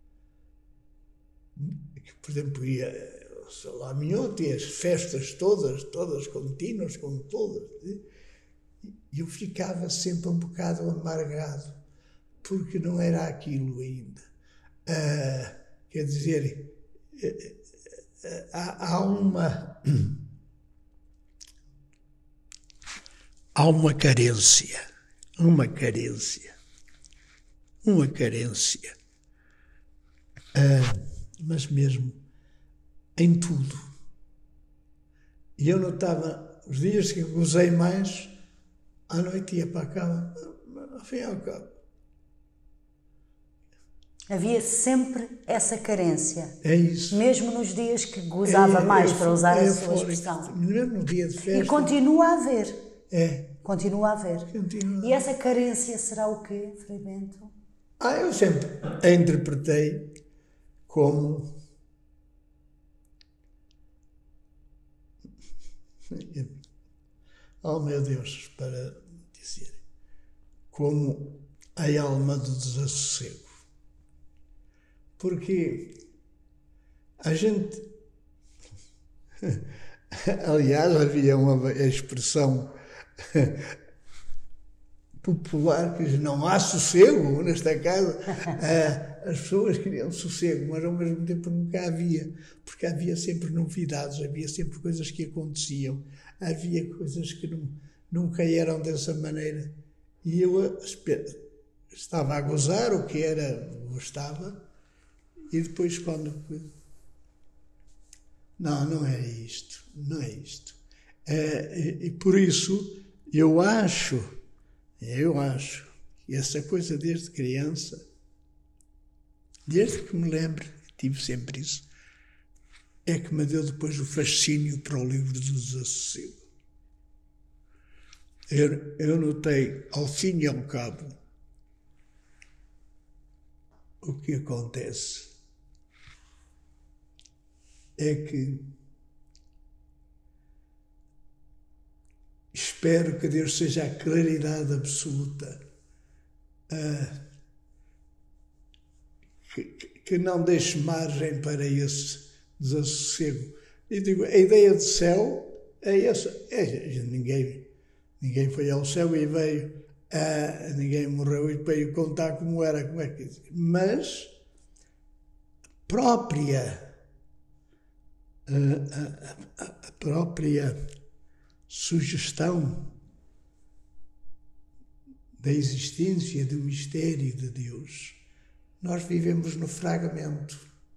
que, por exemplo, ia, sei lá, a minhoto e as festas todas contínuas, com todas. E eu ficava sempre um bocado amargado, porque não era aquilo ainda. Quer dizer, há uma carência, mas mesmo em tudo. E eu notava, os dias que gozei mais, à noite ia para a cama, ao fim e ao cabo. Havia sempre essa carência. É isso. Mesmo nos dias que gozava mais, para usar a sua expressão. Mesmo no dia de festa. E continua a haver. Continua. E essa carência será o quê, Frei Bento? Eu sempre a interpretei como meu Deus, para dizer, como a alma do desassossego. Porque a gente... Aliás, havia uma expressão popular que diz, não há sossego nesta casa. As pessoas queriam sossego, mas ao mesmo tempo nunca havia, porque havia sempre novidades, havia sempre coisas que aconteciam, havia coisas que nunca eram dessa maneira. E eu estava a gozar o que era, gostava, e depois quando... Não é isto. E por isso eu acho que essa coisa desde criança, desde que me lembro, tive sempre isso, é que me deu depois o fascínio para o livro do desassossego. Eu notei, ao fim e ao cabo, o que acontece é que espero que Deus seja a claridade absoluta, que não deixe margem para esse desassossego. Eu digo, a ideia de céu é essa. Ninguém foi ao céu e veio, ninguém morreu e veio contar como era, mas a própria sugestão da existência do mistério de Deus, nós vivemos no fragmento,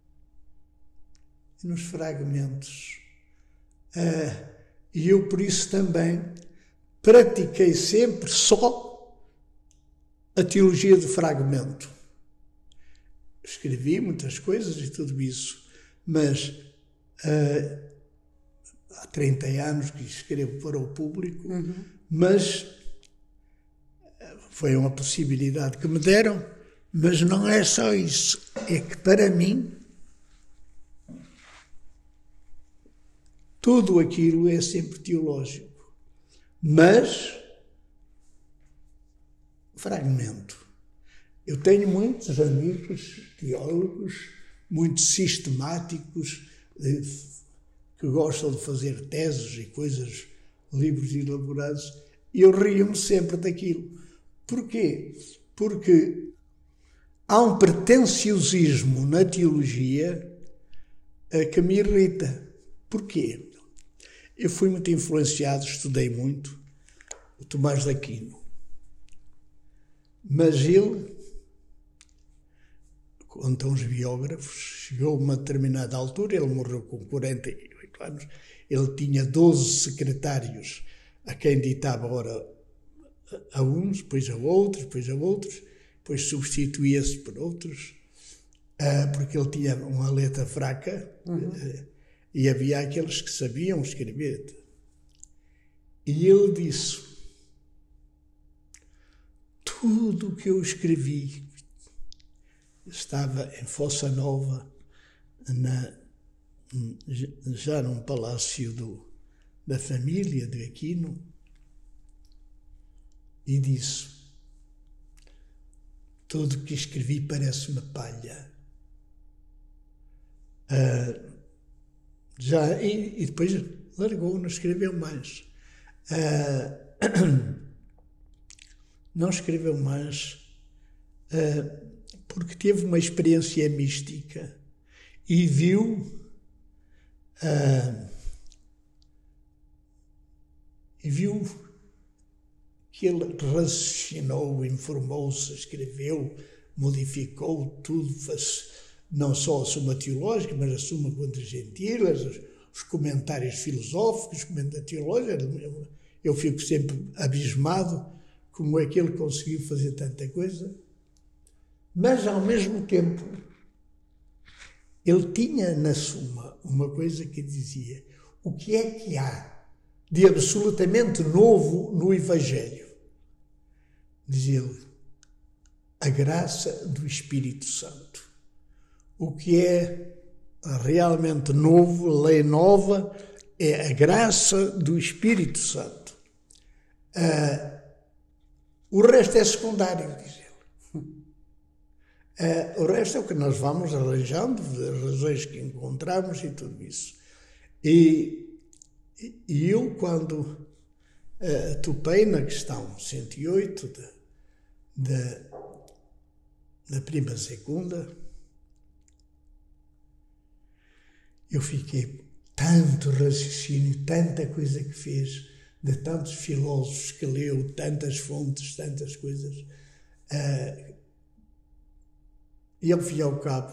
nos fragmentos. E eu, por isso, também pratiquei sempre só a teologia do fragmento. Escrevi muitas coisas e tudo isso, mas há 30 anos que escrevo para o público, mas foi uma possibilidade que me deram, mas não é só isso, é que para mim tudo aquilo é sempre teológico, mas fragmento. Eu tenho muitos amigos teólogos, muito sistemáticos, que gostam de fazer teses e coisas, livros elaborados, e eu rio-me sempre daquilo. Porquê? Porque há um pretenciosismo na teologia que me irrita. Porquê? Eu fui muito influenciado, estudei muito o Tomás de Aquino. Mas ele, contam os biógrafos, chegou a uma determinada altura, ele morreu com 48 anos. Ele tinha 12 secretários a quem ditava ora a uns, depois a outros, depois substituía-se por outros, porque ele tinha uma letra fraca, e havia aqueles que sabiam escrever. E ele disse: tudo o que eu escrevi estava em Fossa Nova, já num palácio da família de Aquino, e disse: tudo o que escrevi parece-me palha. E depois largou, não escreveu mais. Não escreveu mais porque teve uma experiência mística e viu que ele raciocinou, informou-se, escreveu, modificou tudo, não só a Suma Teológica, mas a Suma contra Gentilas, os comentários filosóficos, os comentários teológicos. Eu fico sempre abismado como é que ele conseguiu fazer tanta coisa. Mas, ao mesmo tempo, ele tinha na Suma uma coisa que dizia: o que é que há de absolutamente novo no Evangelho? Dizia ele: a graça do Espírito Santo. O que é realmente novo, lei nova, é a graça do Espírito Santo. O resto é secundário, diz ele. O resto é o que nós vamos arranjando, as razões que encontramos e tudo isso. E eu, quando topei na questão 108 da prima segunda, eu fiquei tanto raciocínio, tanta coisa que fez, de tantos filósofos que leu, tantas fontes, tantas coisas. E ao fim e ao cabo,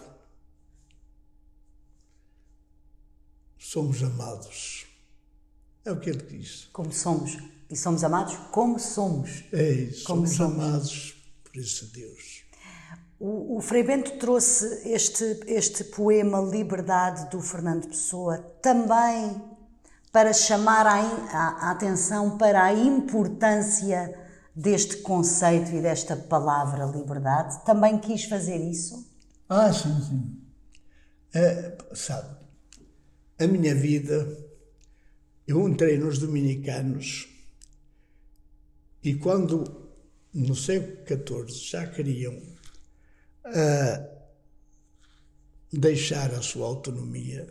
somos amados. É o que ele diz. Como somos. E somos amados como somos. É isso, somos amados por esse Deus. O Frei Bento trouxe este poema Liberdade do Fernando Pessoa também para chamar a atenção para a importância deste conceito e desta palavra liberdade. Também quis fazer isso? Sim. Sabe, a minha vida, eu entrei nos dominicanos e quando, no século XIV, já queriam deixar a sua autonomia,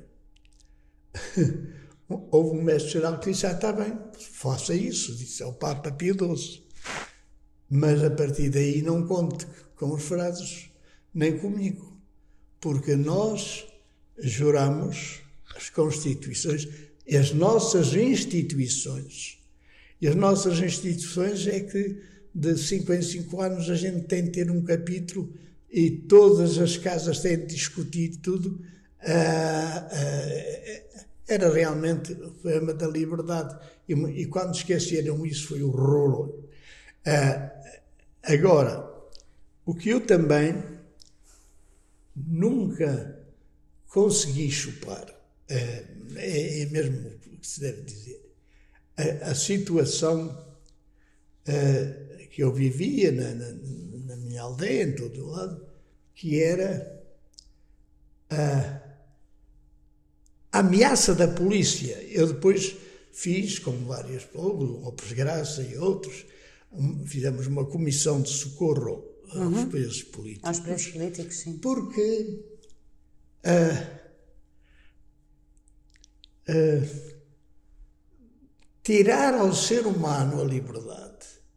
houve um mestre-geral que disse: está bem, faça isso, disse ao Papa Pio XII, mas a partir daí não conte com os frades, nem comigo, porque nós juramos as Constituições e as nossas instituições. E as nossas instituições é que de 5 em 5 anos a gente tem de ter um capítulo e todas as casas têm de discutir tudo. Era realmente o poema da liberdade. E quando esqueceram isso foi horroroso. Agora, o que eu também nunca consegui chupar, é mesmo o que se deve dizer, a situação que eu vivia na minha aldeia, em todo o lado, que era a ameaça da polícia. Eu depois fiz, com vários, o Lopes Graça e outros, fizemos uma comissão de socorro aos presos políticos. Aos presos políticos, sim. Porque tirar ao ser humano a liberdade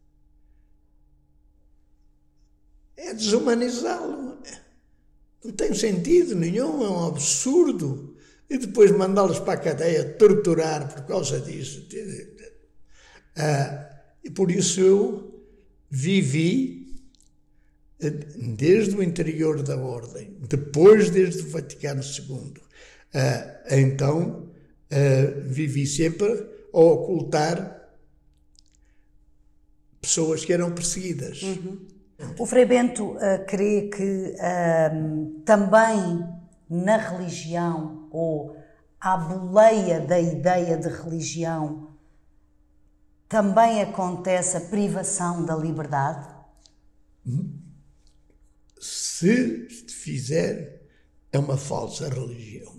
é desumanizá-lo. Não tem sentido nenhum, é um absurdo. E depois mandá-los para a cadeia torturar por causa disso. E por isso eu vivi, desde o interior da Ordem, depois desde o Vaticano II, então vivi sempre a ocultar pessoas que eram perseguidas. O Frei Bento crê que também na religião, ou à boleia da ideia de religião, também acontece a privação da liberdade? Se fizer, é uma falsa religião.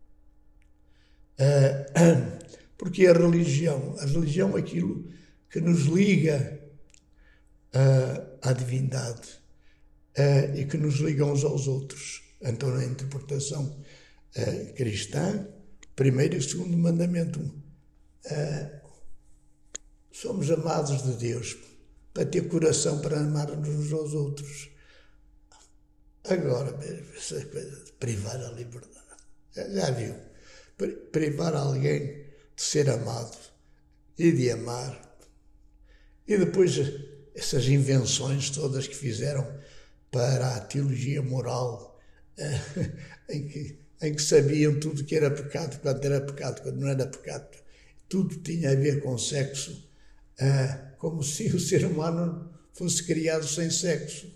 Porque a religião é aquilo que nos liga à divindade e que nos liga uns aos outros. Então, na interpretação cristã, primeiro e segundo mandamento, somos amados de Deus para ter coração para amar-nos uns aos outros. Agora, essa coisa de privar a liberdade, já viu? Privar alguém de ser amado e de amar, e depois essas invenções todas que fizeram para a teologia moral, em que sabiam tudo que era pecado, quando era pecado, quando não era pecado. Tudo tinha a ver com sexo, como se o ser humano fosse criado sem sexo.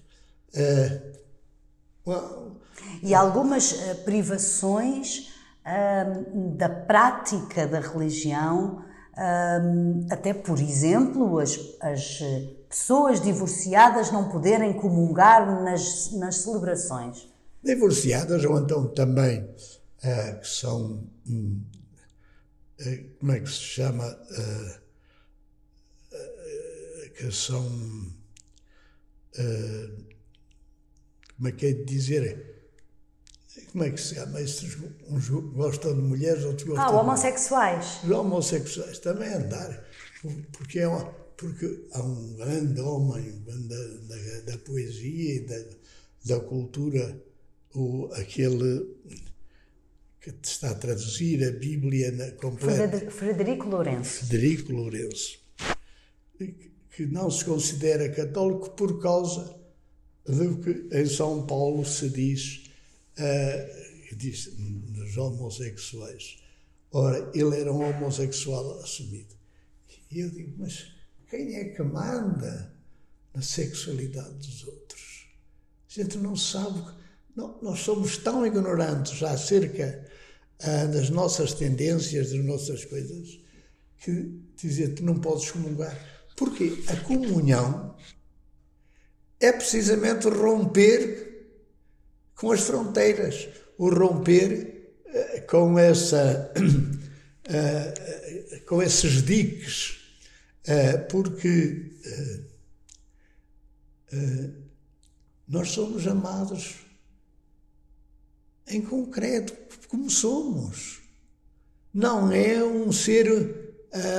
E algumas privações da prática da religião, até, por exemplo, as pessoas divorciadas não poderem comungar nas celebrações. Divorciadas, ou então também que são, como é que se chama, que são, como é que é de dizer, como é que se chama, esses, uns gostam de mulheres, outros gostam de homossexuais. Os homossexuais também andar, porque há um grande homem da poesia e da cultura, aquele que está a traduzir a Bíblia completa. Frederico Lourenço. Frederico Lourenço, que não se considera católico por causa do que em São Paulo se diz dos homossexuais. Ora, ele era um homossexual assumido. E eu digo, mas quem é que manda na sexualidade dos outros? A gente não sabe. Nós somos tão ignorantes acerca das nossas tendências, das nossas coisas, que dizer que não podes comungar. Porque a comunhão é precisamente romper com as fronteiras, o romper com esses diques, porque nós somos amados em concreto, como somos. Não é um ser...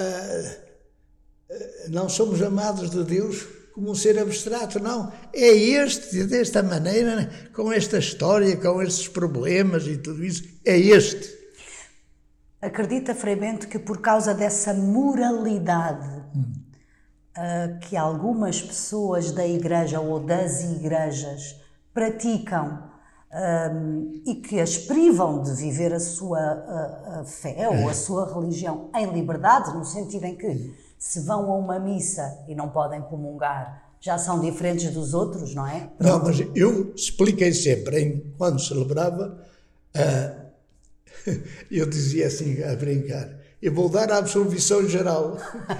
não somos amados de Deus como um ser abstrato, não. É desta maneira, com esta história, com estes problemas e tudo isso, é este. Acredita, Frei Bento, que por causa dessa moralidade que algumas pessoas da Igreja ou das igrejas praticam e que as privam de viver a sua fé ou a sua religião em liberdade, no sentido em que se vão a uma missa e não podem comungar, já são diferentes dos outros, não é? Não, mas eu expliquei sempre, quando celebrava, eu dizia assim, a brincar, eu vou dar a absolvição geral,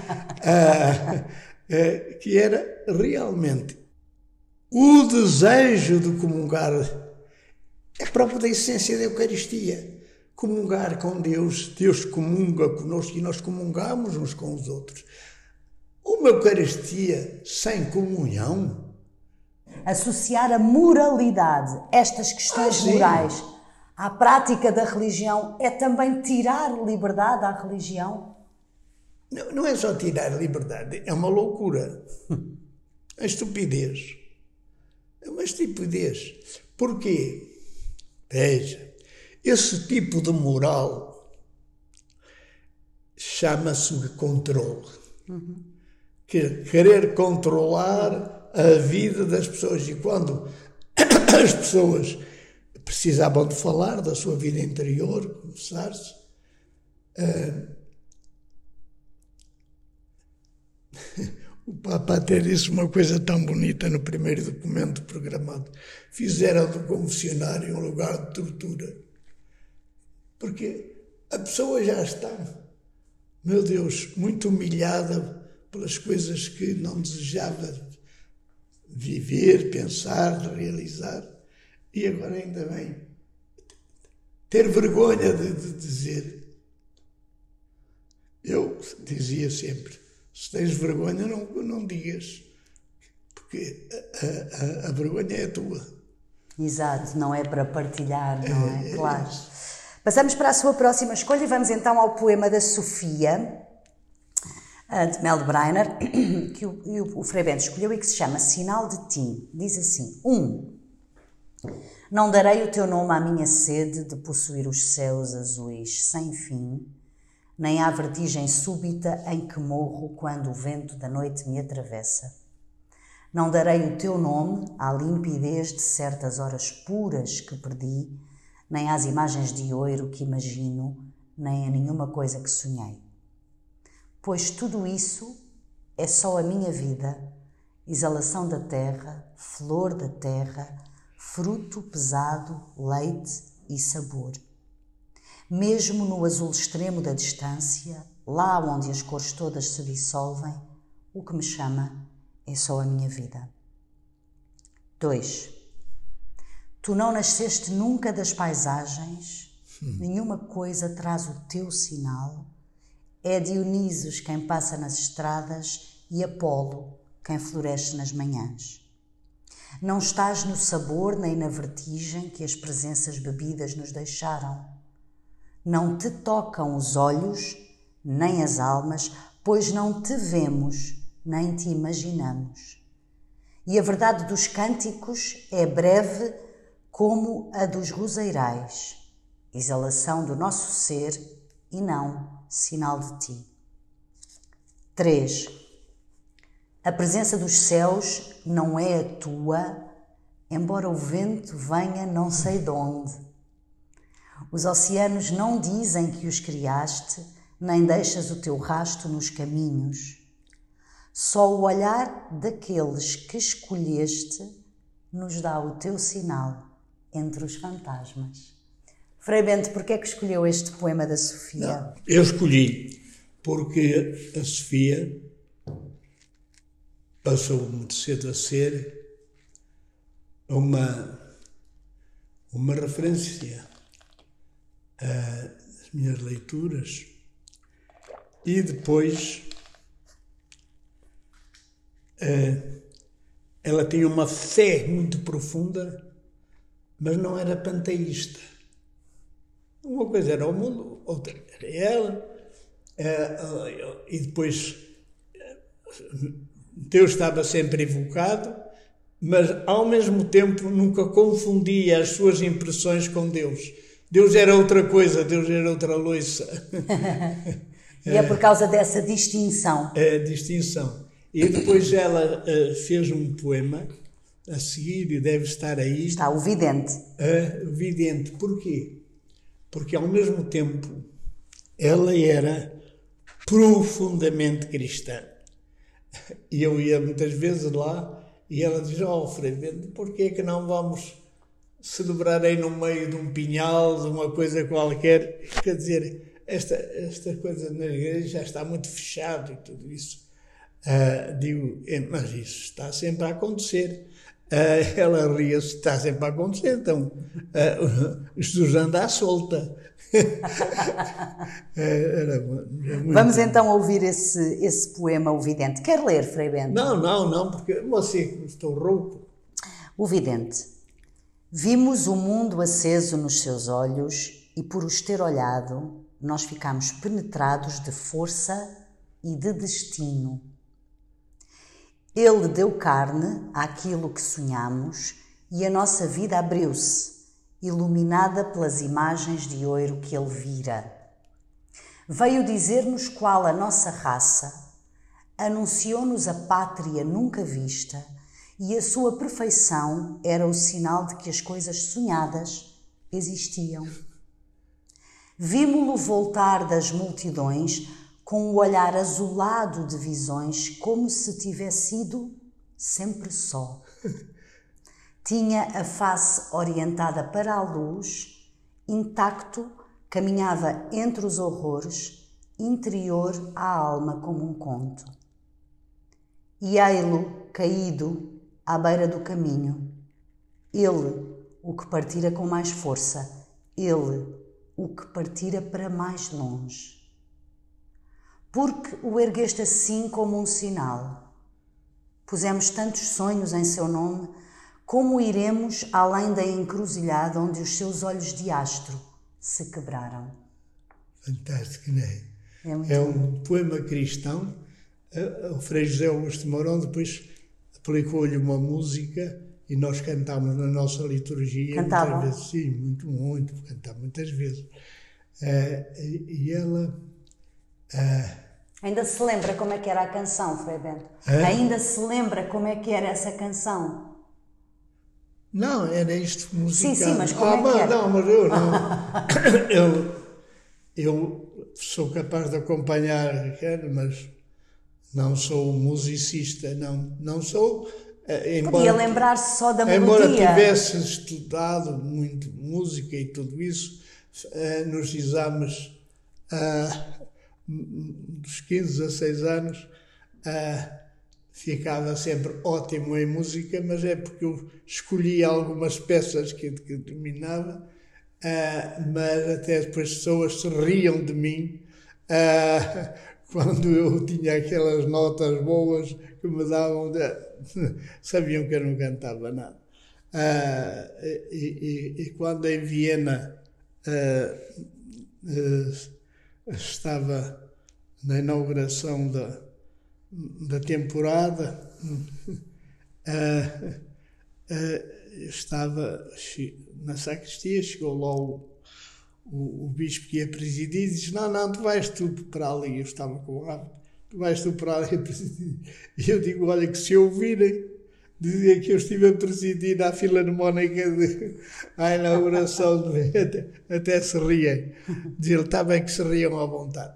que era realmente o desejo de comungar, é próprio da essência da Eucaristia. Comungar com Deus, Deus comunga conosco e nós comungamos uns com os outros. Uma Eucaristia sem comunhão? Associar a moralidade, estas questões morais, à prática da religião, é também tirar liberdade à religião? Não é só tirar liberdade, é uma loucura. É estupidez. É uma estupidez. Porquê? Veja, esse tipo de moral chama-se controle. Querer controlar a vida das pessoas. E quando as pessoas precisavam de falar da sua vida interior, confessar-se, O Papa até disse uma coisa tão bonita no primeiro documento programado. Fizeram do confessionário um lugar de tortura. Porque a pessoa já está, meu Deus, muito humilhada pelas coisas que não desejava viver, pensar, realizar. E agora ainda bem ter vergonha de dizer. Eu dizia sempre, se tens vergonha, não digas, porque a vergonha é tua. Exato, não é para partilhar, não é? Claro. Passamos para a sua próxima escolha e vamos então ao poema da Sofia, de Mel de Brainer, que o Frei Bento escolheu e que se chama Sinal de Ti. Diz assim: 1. Não darei o teu nome à minha sede de possuir os céus azuis sem fim, nem à vertigem súbita em que morro quando o vento da noite me atravessa. Não darei o teu nome à limpidez de certas horas puras que perdi, nem às imagens de ouro que imagino, nem a nenhuma coisa que sonhei. Pois tudo isso é só a minha vida, exalação da terra, flor da terra, fruto pesado, leite e sabor. Mesmo no azul extremo da distância, lá onde as cores todas se dissolvem, o que me chama é só a minha vida. 2. Tu não nasceste nunca das paisagens, nenhuma coisa traz o teu sinal. É Dionisos quem passa nas estradas e Apolo quem floresce nas manhãs. Não estás no sabor nem na vertigem que as presenças bebidas nos deixaram. Não te tocam os olhos, nem as almas, pois não te vemos, nem te imaginamos. E a verdade dos cânticos é breve como a dos roseirais, exalação do nosso ser e não sinal de ti. 3. A presença dos céus não é a tua, embora o vento venha não sei de onde. Os oceanos não dizem que os criaste, nem deixas o teu rasto nos caminhos. Só o olhar daqueles que escolheste nos dá o teu sinal entre os fantasmas. Frei Bento, porquê é que escolheu este poema da Sofia? Não, eu escolhi porque a Sofia passou muito cedo a ser uma referência às minhas leituras e depois ela tinha uma fé muito profunda, mas não era panteísta. Uma coisa era o mundo, outra era ela, e depois Deus estava sempre evocado, mas ao mesmo tempo nunca confundia as suas impressões com Deus. Deus era outra coisa, Deus era outra loiça. E é por causa dessa distinção. É, distinção. E depois ela fez um poema a seguir, e deve estar aí. Está o Vidente. O Vidente. Porquê? Porque ao mesmo tempo ela era profundamente cristã. E eu ia muitas vezes lá e ela diz: Frei Bento, porquê é que não vamos celebrar aí no meio de um pinhal, de uma coisa qualquer? Quer dizer, esta coisa na igreja já está muito fechado e tudo isso. Digo, mas isso está sempre a acontecer. Ela ria-se, está sempre a acontecer, então Jesus anda à solta. Vamos então ouvir esse poema, O Vidente. Quer ler, Frei Bento? Não, porque você, estou rouco. O Vidente. Vimos o mundo aceso nos seus olhos e por os ter olhado, nós ficámos penetrados de força e de destino. Ele deu carne àquilo que sonhamos e a nossa vida abriu-se, iluminada pelas imagens de ouro que ele vira. Veio dizer-nos qual a nossa raça, anunciou-nos a pátria nunca vista e a sua perfeição era o sinal de que as coisas sonhadas existiam. Vimo-lo voltar das multidões com o olhar azulado de visões, como se tivesse ido sempre só. Tinha a face orientada para a luz, intacto, caminhava entre os horrores, interior à alma como um conto. E ei-lo caído à beira do caminho. Ele, o que partira com mais força, ele, o que partira para mais longe. Porque o ergueste assim como um sinal. Pusemos tantos sonhos em seu nome, como iremos além da encruzilhada onde os seus olhos de astro se quebraram. Fantástico, não é? É um poema cristão. O Frei José Augusto de Mourão depois aplicou-lhe uma música e nós cantámos na nossa liturgia. Cantavam? Muitas vezes, sim, muito, cantámos muitas vezes. E ela... Ainda se lembra como é que era a canção, Frei Bento? Ainda se lembra como é que era essa canção? Não, era isto musical. Sim, mas como é que era? Não, mas eu não. eu sou capaz de acompanhar, mas não sou musicista, não sou. Podia lembrar-se só da melodia. Embora tivesse estudado muito música e tudo isso, nos exames dos 15 a 16 anos, ficava sempre ótimo em música, mas é porque eu escolhia algumas peças que dominava, mas até depois as pessoas se riam de mim quando eu tinha aquelas notas boas que me davam, sabiam que eu não cantava nada. E quando em Viena estava na inauguração da temporada, estava na sacristia, chegou lá o bispo que ia presidir e disse: não, tu vais tu para ali. Eu estava com o rabo: tu vais tu para ali a presidir. E eu digo: olha, que se ouvirem dizer que eu estive a presidir à Filarmónica à inauguração, até se riem. Diz-lhe: está bem que se riam à vontade.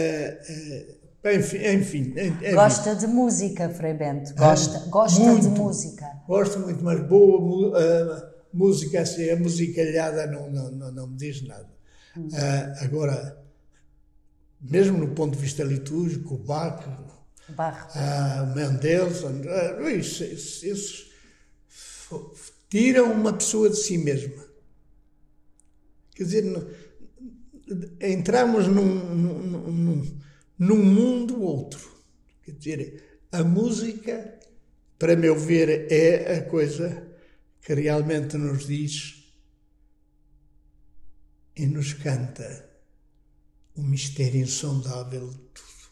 Enfim. Gosta de música, Frei Bento? Gosta de música? Gosto muito, mas boa música, assim, a musicalhada não me diz nada. Agora, mesmo no ponto de vista litúrgico, o Bach, Mendelssohn, esses tiram uma pessoa de si mesma. Quer dizer, entramos num mundo outro. Quer dizer, a música, para meu ver, é a coisa que realmente nos diz e nos canta o mistério insondável de tudo.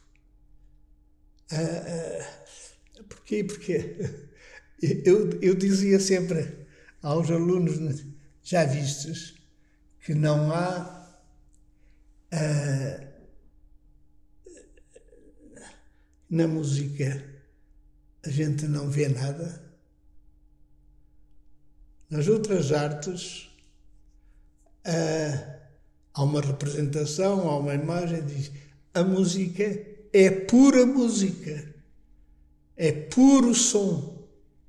Porquê? Porque eu dizia sempre aos alunos: já vistes que não há na música, a gente não vê nada. Nas outras artes há uma representação, há uma imagem, diz: a música é pura música, é puro som,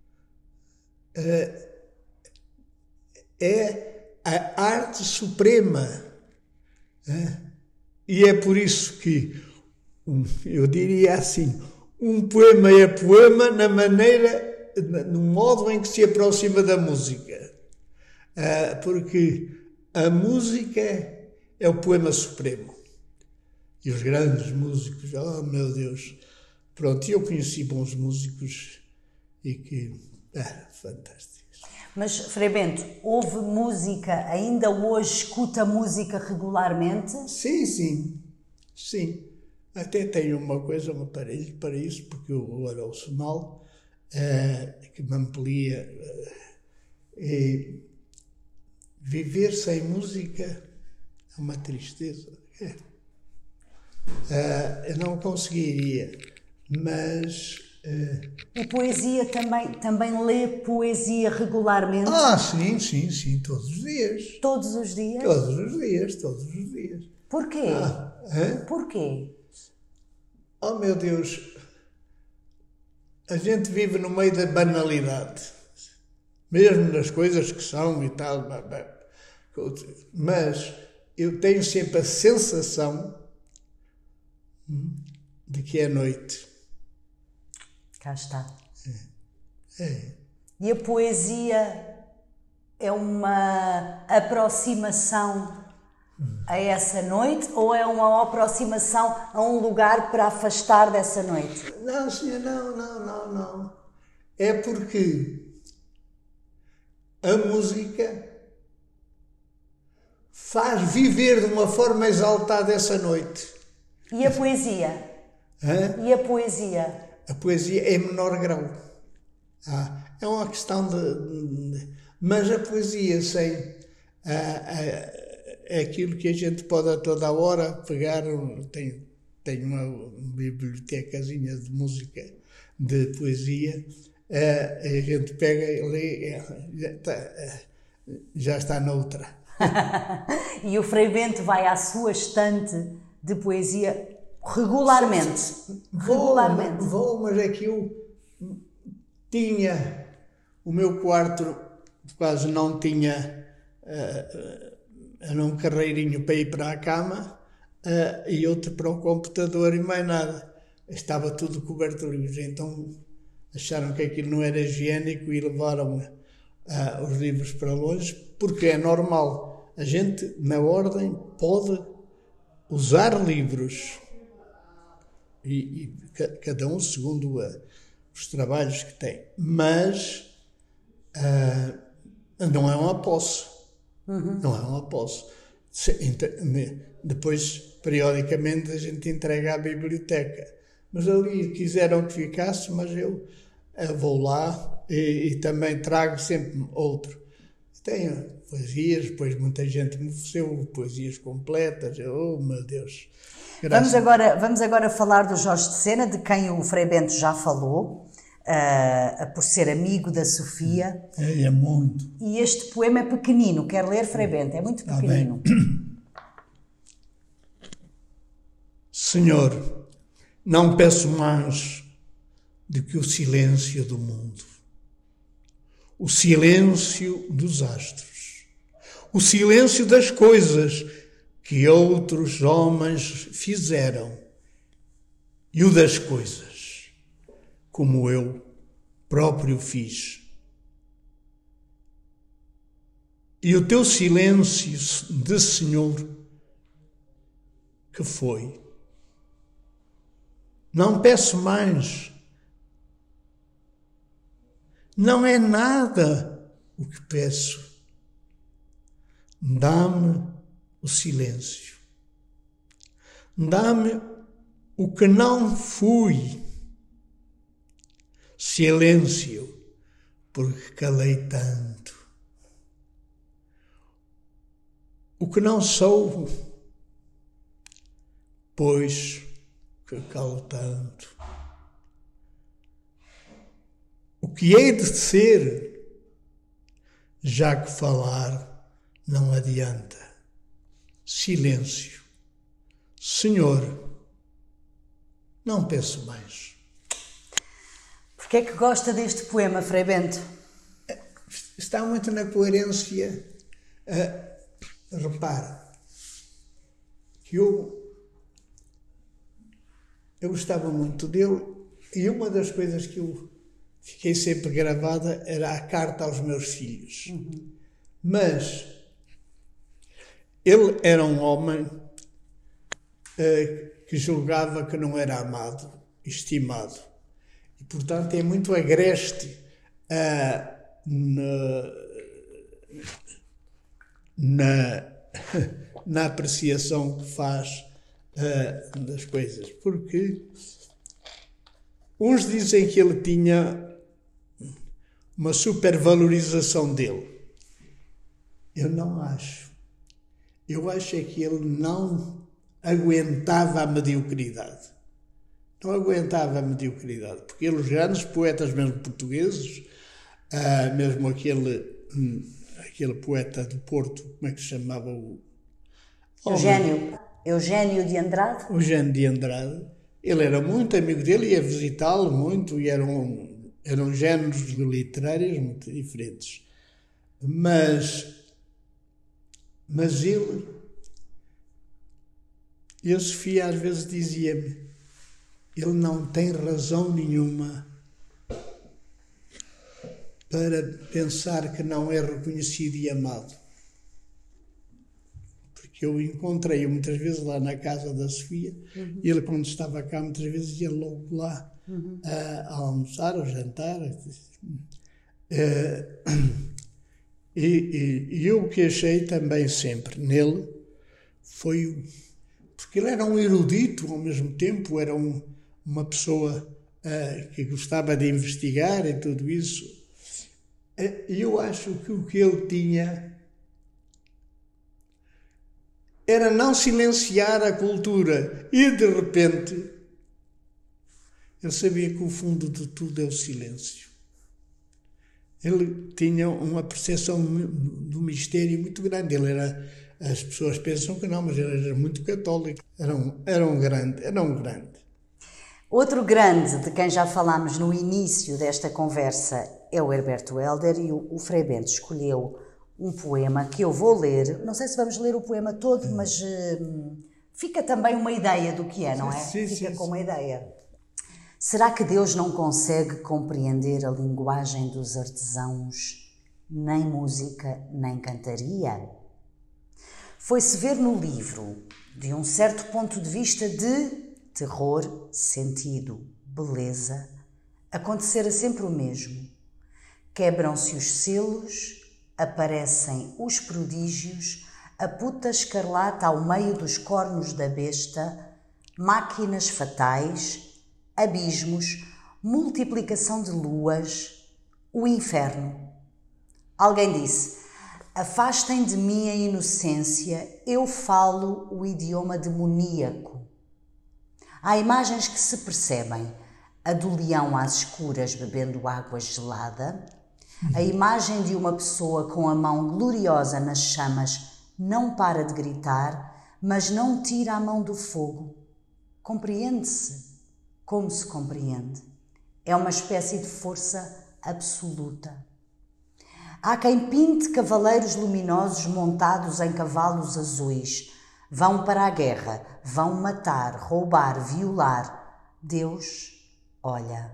é a arte suprema. E é por isso que, eu diria assim, um poema é poema no modo em que se aproxima da música. Porque a música é o poema supremo. E os grandes músicos, oh meu Deus, pronto, eu conheci bons músicos e que, fantásticos. Mas, Frei Bento, ouve música, ainda hoje escuta música regularmente? Sim. Até tenho um aparelho para isso, porque eu agora ouço mal, que me amplia. Viver sem música é uma tristeza. Eu não conseguiria, mas... E poesia também lê poesia regularmente? Sim, todos os dias. Todos os dias? Todos os dias. Porquê? Hã? Porquê? Oh, meu Deus, a gente vive no meio da banalidade, mesmo das coisas que são e tal, mas eu tenho sempre a sensação de que é noite. Cá está. É. E a poesia é uma aproximação a essa noite ou é uma aproximação a um lugar para afastar dessa noite? Não, senhor, não. É porque a música faz viver de uma forma exaltada essa noite. E a poesia? Hã? E a poesia? A poesia é em menor grau. É uma questão mas a poesia sem é aquilo que a gente pode a toda hora pegar. Tem uma bibliotecazinha de música, de poesia, a gente pega e lê, já está noutra. E o Frei Bento vai à sua estante de poesia regularmente? Vou, mas é que eu tinha o meu quarto, quase não tinha, era um carreirinho para ir para a cama e outro para o computador e mais nada. Estava tudo coberto de livros, então acharam que aquilo não era higiênico e levaram os livros para longe, porque é normal, a gente na ordem pode usar livros e cada um segundo os trabalhos que tem, mas não é uma posse. Não é uma posse. Depois, periodicamente, a gente entrega à biblioteca. Mas ali quiseram que ficasse, mas eu vou lá e também trago sempre outro. Tenho poesias, depois muita gente me ofereceu poesias completas. Oh, meu Deus! Vamos agora falar do Jorge de Sena, de quem o Frei Bento já falou, por ser amigo da Sofia. É muito. E este poema é pequenino, quero ler, Frei Bento, é muito pequenino. Senhor, não peço mais do que o silêncio do mundo, o silêncio dos astros, o silêncio das coisas que outros homens fizeram e o das coisas como eu próprio fiz. E o teu silêncio de Senhor que foi. Não peço mais. Não é nada o que peço. Dá-me o silêncio. Dá-me o que não fui. Silêncio, porque calei tanto. O que não sou, pois que calo tanto. O que hei de ser, já que falar não adianta. Silêncio. Senhor, não peço mais. Porquê é que gosta deste poema, Frei Bento? Está muito na coerência. Repara, que eu gostava muito dele e uma das coisas que eu fiquei sempre gravada era a carta aos meus filhos. Mas ele era um homem que julgava que não era amado, estimado. E, portanto, é muito agreste na apreciação que faz das coisas. Porque uns dizem que ele tinha uma supervalorização dele. Eu não acho. Eu acho é que ele não aguentava a mediocridade. Não aguentava a mediocridade. Porque os grandes poetas, mesmo portugueses, mesmo aquele poeta do Porto, como é que se chamava? Eugénio. Eugênio de Andrade? Eugênio de Andrade. Ele era muito amigo dele, ia visitá-lo muito, e eram géneros literários muito diferentes. Mas a Sofia às vezes dizia-me, ele não tem razão nenhuma para pensar que não é reconhecido e amado. Porque eu encontrei-o muitas vezes lá na casa da Sofia, e ele, quando estava cá, muitas vezes ia logo lá a almoçar ou jantar. E eu o que achei também sempre nele foi... Porque ele era um erudito ao mesmo tempo, era uma pessoa que gostava de investigar e tudo isso. E eu acho que o que ele tinha era não silenciar a cultura. E, de repente, ele sabia que o fundo de tudo é o silêncio. Ele tinha uma percepção do mistério muito grande. As pessoas pensam que não, mas ele era muito católico. Era um grande. Outro grande de quem já falámos no início desta conversa é o Herberto Helder, e o Frei Bento escolheu um poema que eu vou ler. Não sei se vamos ler o poema todo, mas fica também uma ideia do que é, não é? Fica com uma ideia. Será que Deus não consegue compreender a linguagem dos artesãos, nem música, nem cantaria? Foi-se ver no livro, de um certo ponto de vista de terror, sentido, beleza, acontecera sempre o mesmo. Quebram-se os selos, aparecem os prodígios, a puta escarlata ao meio dos cornos da besta, máquinas fatais, abismos, multiplicação de luas, o inferno. Alguém disse: afastem de mim a inocência, eu falo o idioma demoníaco. Há imagens que se percebem: a do leão às escuras bebendo água gelada, a imagem de uma pessoa com a mão gloriosa nas chamas não para de gritar, mas não tira a mão do fogo. Compreende-se como se compreende. É uma espécie de força absoluta. Há quem pinte cavaleiros luminosos montados em cavalos azuis. Vão para a guerra, vão matar, roubar, violar. Deus olha.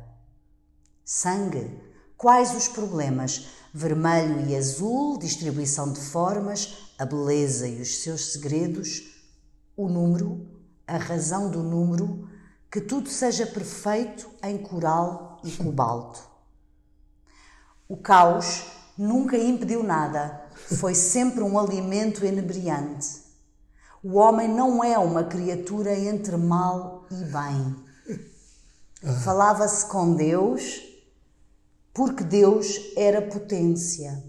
Sangue. Quais os problemas? Vermelho e azul, distribuição de formas, a beleza e os seus segredos, o número, a razão do número, que tudo seja perfeito em coral e cobalto. O caos nunca impediu nada, foi sempre um alimento inebriante. O homem não é uma criatura entre mal e bem. Falava-se com Deus porque Deus era potência.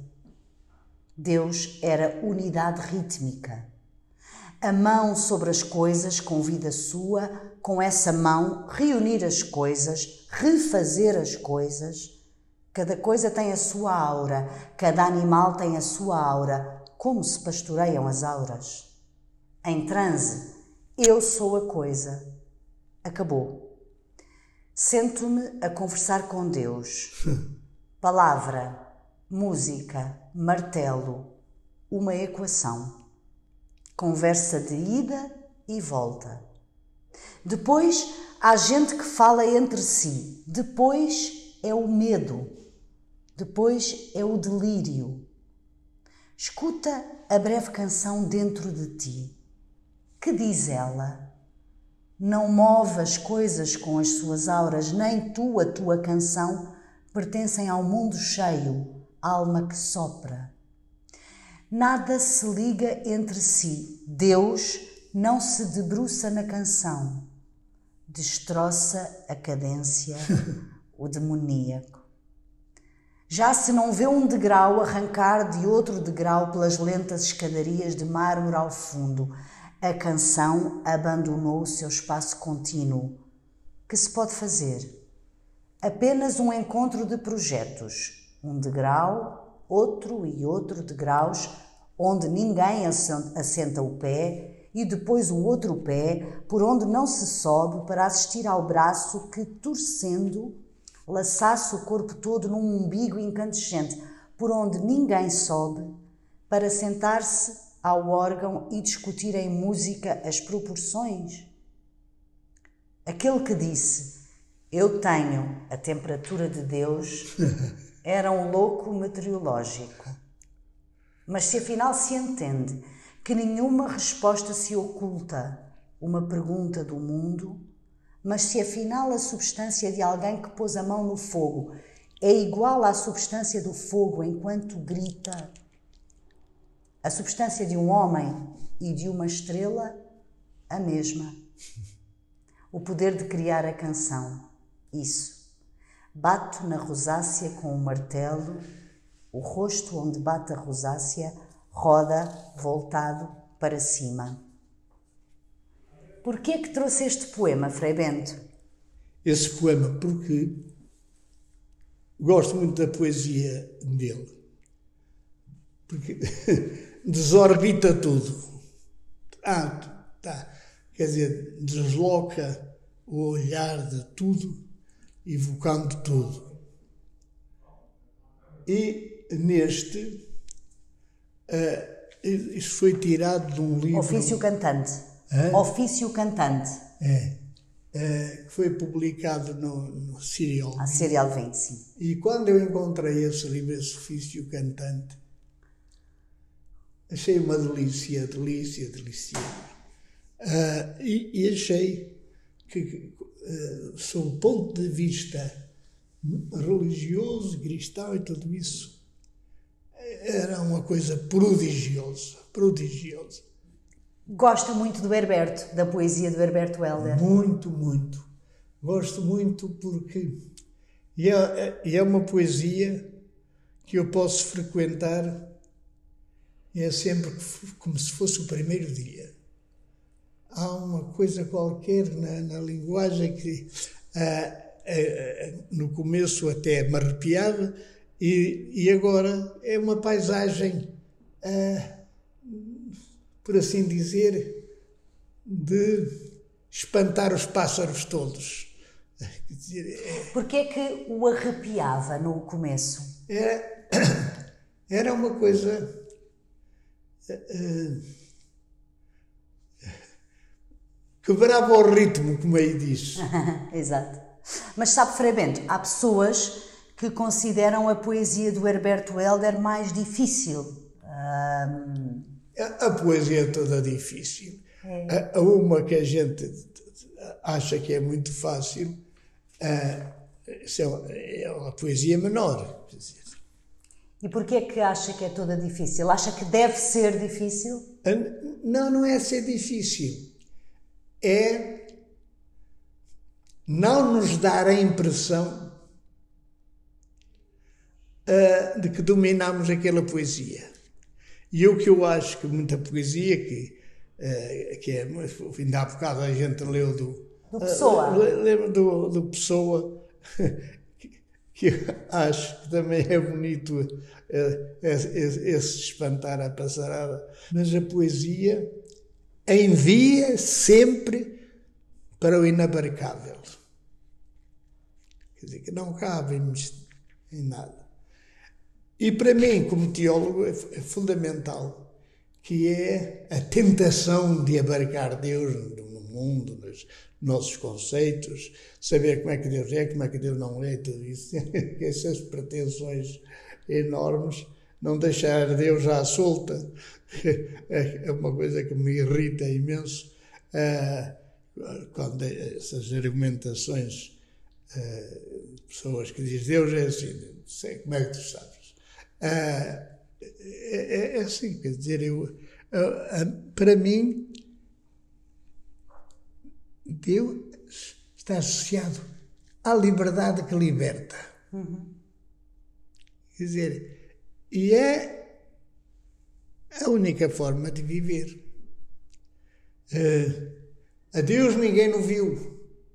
Deus era unidade rítmica. A mão sobre as coisas com vida sua, com essa mão reunir as coisas, refazer as coisas. Cada coisa tem a sua aura, cada animal tem a sua aura. Como se pastoreiam as auras? Em transe, eu sou a coisa. Acabou. Sento-me a conversar com Deus. Palavra, música, martelo, uma equação. Conversa de ida e volta. Depois há gente que fala entre si. Depois é o medo. Depois é o delírio. Escuta a breve canção dentro de ti. Que diz ela? Não move as coisas com as suas auras, nem tu, a tua canção, pertencem ao mundo cheio, alma que sopra. Nada se liga entre si. Deus não se debruça na canção. Destroça a cadência, o demoníaco. Já se não vê um degrau arrancar de outro degrau pelas lentas escadarias de mármore ao fundo. A canção abandonou o seu espaço contínuo. Que se pode fazer? Apenas um encontro de projetos. Um degrau, outro e outro degraus, onde ninguém assenta o pé e depois o outro pé, por onde não se sobe, para assistir ao braço que, torcendo, laçasse o corpo todo num umbigo incandescente, por onde ninguém sobe, para sentar-se ao órgão e discutir em música as proporções? Aquele que disse, eu tenho a temperatura de Deus, era um louco meteorológico. Mas se afinal se entende que nenhuma resposta se oculta uma pergunta do mundo, mas se afinal a substância de alguém que pôs a mão no fogo é igual à substância do fogo enquanto grita, a substância de um homem e de uma estrela, a mesma. O poder de criar a canção, isso. Bato na rosácea com o martelo, o rosto onde bate a rosácea roda voltado para cima. Porquê que trouxe este poema, Frei Bento? Esse poema porque gosto muito da poesia dele. Porque desorbita tudo. Quer dizer, desloca o olhar de tudo, evocando tudo. E neste, isso foi tirado de um livro... Ofício Cantante. Ofício Cantante. Que foi publicado no Serial. A Serial 20, sim. E quando eu encontrei esse livro, esse Ofício Cantante, achei uma delícia. E achei que, sob o ponto de vista religioso, cristão e tudo isso, era uma coisa prodigiosa. Gosta muito do Herberto, da poesia do Herberto Helder? Muito. Gosto muito porque é uma poesia que eu posso frequentar, é sempre como se fosse o primeiro dia. Há uma coisa qualquer na linguagem que no começo até me arrepiava e agora é uma paisagem, por assim dizer, de espantar os pássaros todos. Quer dizer, Porquê é que o arrepiava no começo? Era uma coisa... quebrava o ritmo, como aí diz. Exato. Mas sabe, Frei Bento, há pessoas que consideram a poesia do Herberto Helder mais difícil. A poesia é toda difícil. Há uma que a gente acha que é muito fácil, é uma poesia menor. E porquê é que acha que é toda difícil? Acha que deve ser difícil? Não é ser difícil. É não nos dar a impressão de que dominamos aquela poesia. E o que eu acho que muita poesia, que é, ainda há bocado a gente leu do Pessoa. Lembro do Pessoa, que acho que também é bonito esse espantar a passarada. Mas a poesia envia sempre para o inabarcável. Quer dizer, que não cabe em nada. E para mim, como teólogo, é fundamental, que é a tentação de abarcar Deus no mundo, nos nossos conceitos, saber como é que Deus é, como é que Deus não é, tudo isso. Essas pretensões enormes, não deixar Deus à solta, é uma coisa que me irrita imenso, quando essas argumentações, pessoas que dizem Deus é assim, sei como é que tu sabes. É assim, quer dizer, para mim, Deus está associado à liberdade que liberta. Quer dizer, e é a única forma de viver. A Deus ninguém o viu,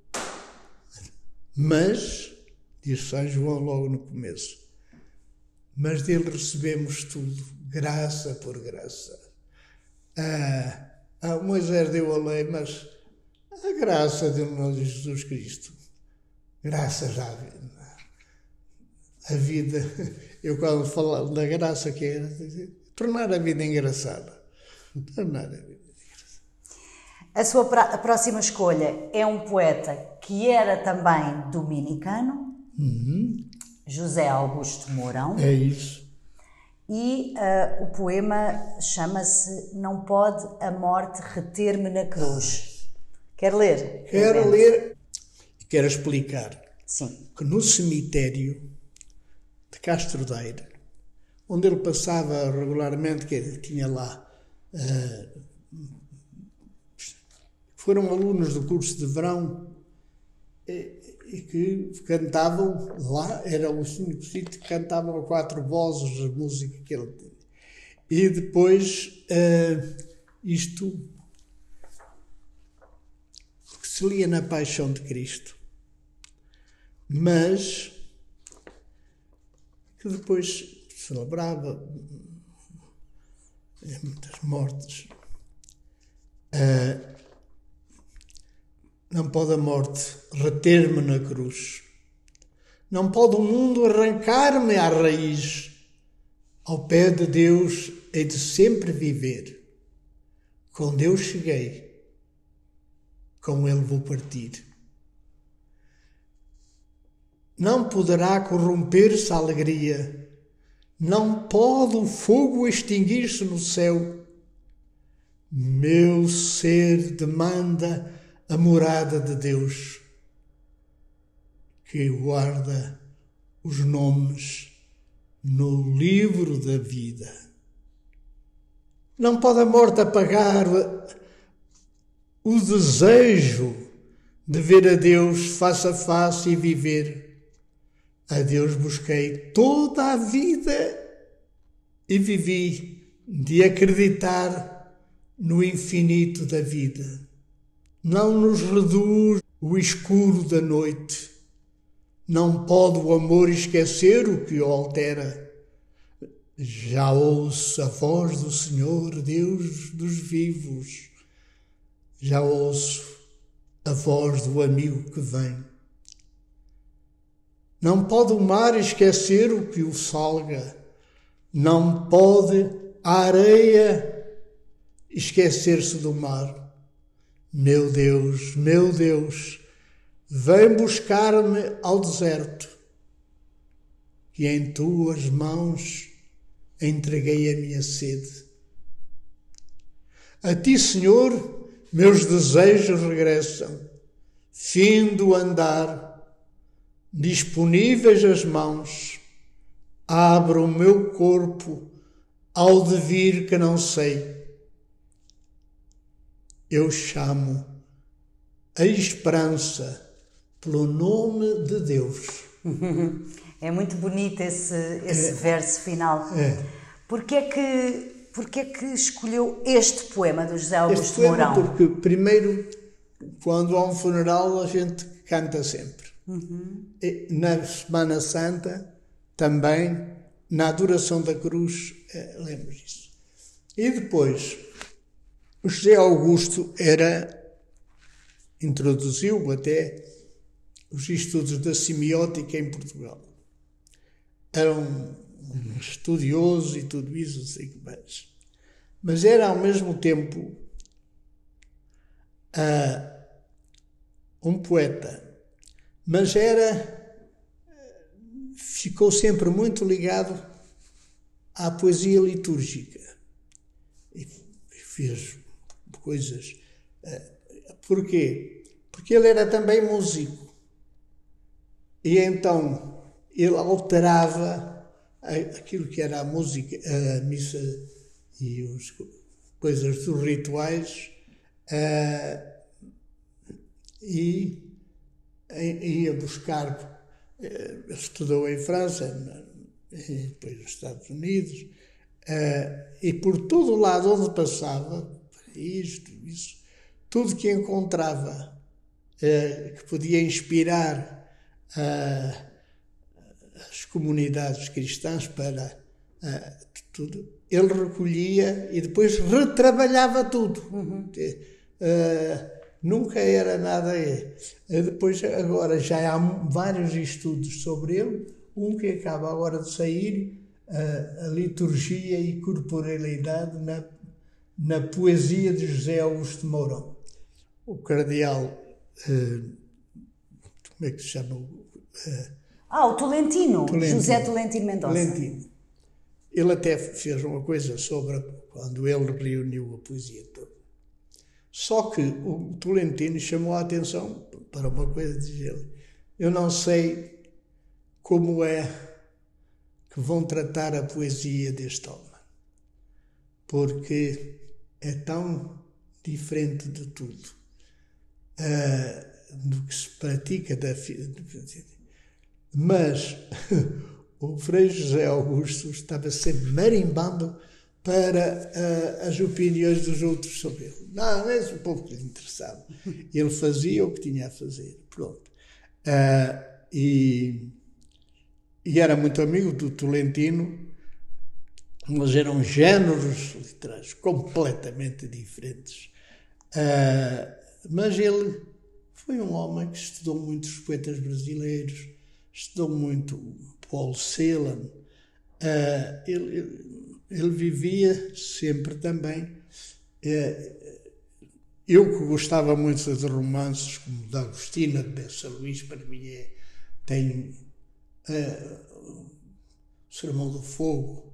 mas, diz São João logo no começo, mas dele recebemos tudo, graça por graça. Moisés deu a lei, mas a graça de nosso Jesus Cristo, graças à vida. A vida, eu quando falo da graça, que é tornar a vida engraçada. Tornar a vida engraçada. A sua próxima escolha é um poeta que era também dominicano, José Augusto Mourão. É isso. E o poema chama-se Não Pode a Morte Reter-me na Cruz. Quer ler? Quero ler e quero explicar. Sim. Que no cemitério de Castro Daire, onde ele passava regularmente, que tinha lá, foram alunos do curso de verão e que cantavam lá, era o único sítio que cantavam a 4 vozes de música que ele tinha. E depois isto que se lia na Paixão de Cristo, mas que depois celebrava muitas mortes. Não pode a morte reter-me na cruz. Não pode o mundo arrancar-me à raiz. Ao pé de Deus hei de sempre viver. Com Deus cheguei, com Ele vou partir. Não poderá corromper-se a alegria. Não pode o fogo extinguir-se no céu. Meu ser demanda a morada de Deus, que guarda os nomes no livro da vida. Não pode a morte apagar o desejo de ver a Deus face a face e viver. A Deus busquei toda a vida e vivi de acreditar no infinito da vida. Não nos reduz o escuro da noite. Não pode o amor esquecer o que o altera. Já ouço a voz do Senhor, Deus dos vivos. Já ouço a voz do amigo que vem. Não pode o mar esquecer o que o salga. Não pode a areia esquecer-se do mar. Meu Deus, vem buscar-me ao deserto, que em tuas mãos entreguei a minha sede. A ti, Senhor, meus desejos regressam, fim do andar, disponíveis as mãos, abro o meu corpo ao devir que não sei. Eu chamo a esperança pelo nome de Deus. É muito bonito esse verso final. Porquê é que escolheu este poema do José Augusto Mourão? Porque, primeiro, quando há um funeral, a gente canta sempre. E na Semana Santa, também, na adoração da cruz, lembro disso. E depois, o José Augusto introduziu até os estudos da semiótica em Portugal. Era um estudioso e tudo isso, não sei o que mais. Mas era ao mesmo tempo um poeta. Mas ficou sempre muito ligado à poesia litúrgica. E fez coisas. Porquê? Porque ele era também músico. E então ele alterava aquilo que era a música, a missa e as coisas dos rituais, e ia buscar. Ele estudou em França, e depois nos Estados Unidos, e por todo o lado onde passava, isto, isso, tudo que encontrava que podia inspirar as comunidades cristãs para tudo, ele recolhia e depois retrabalhava tudo. Nunca era nada. Depois, agora, já há vários estudos sobre ele. Um que acaba agora de sair, a liturgia e corporealidade na poesia de José Augusto de Mourão. O cardeal, como é que se chama? O Tolentino, José Tolentino Mendonça. Tolentino. Ele até fez uma coisa sobre quando ele reuniu a poesia toda. Só que o Tolentino chamou a atenção para uma coisa de ele. Eu não sei como é que vão tratar a poesia deste homem, porque é tão diferente de tudo do que se pratica mas o Frei José Augusto estava sempre marimbando para as opiniões dos outros sobre ele. Não é o povo que lhe interessava. Ele fazia o que tinha a fazer. Pronto. E era muito amigo do Tolentino, mas eram géneros literários completamente diferentes. Mas ele foi um homem que estudou muito os poetas brasileiros, estudou muito Paul Celan. Ele vivia sempre também. Eu que gostava muito de romances como da Agostina, de Bessa Luís, para mim tem o Sermão do Fogo,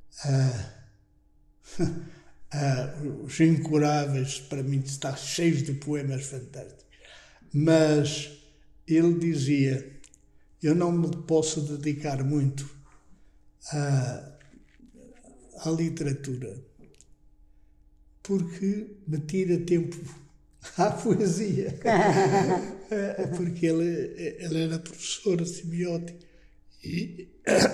os Incuráveis, para mim está cheio de poemas fantásticos. Mas ele dizia: eu não me posso dedicar muito à literatura, porque me tira tempo à poesia. Porque ele era professor de semiótica e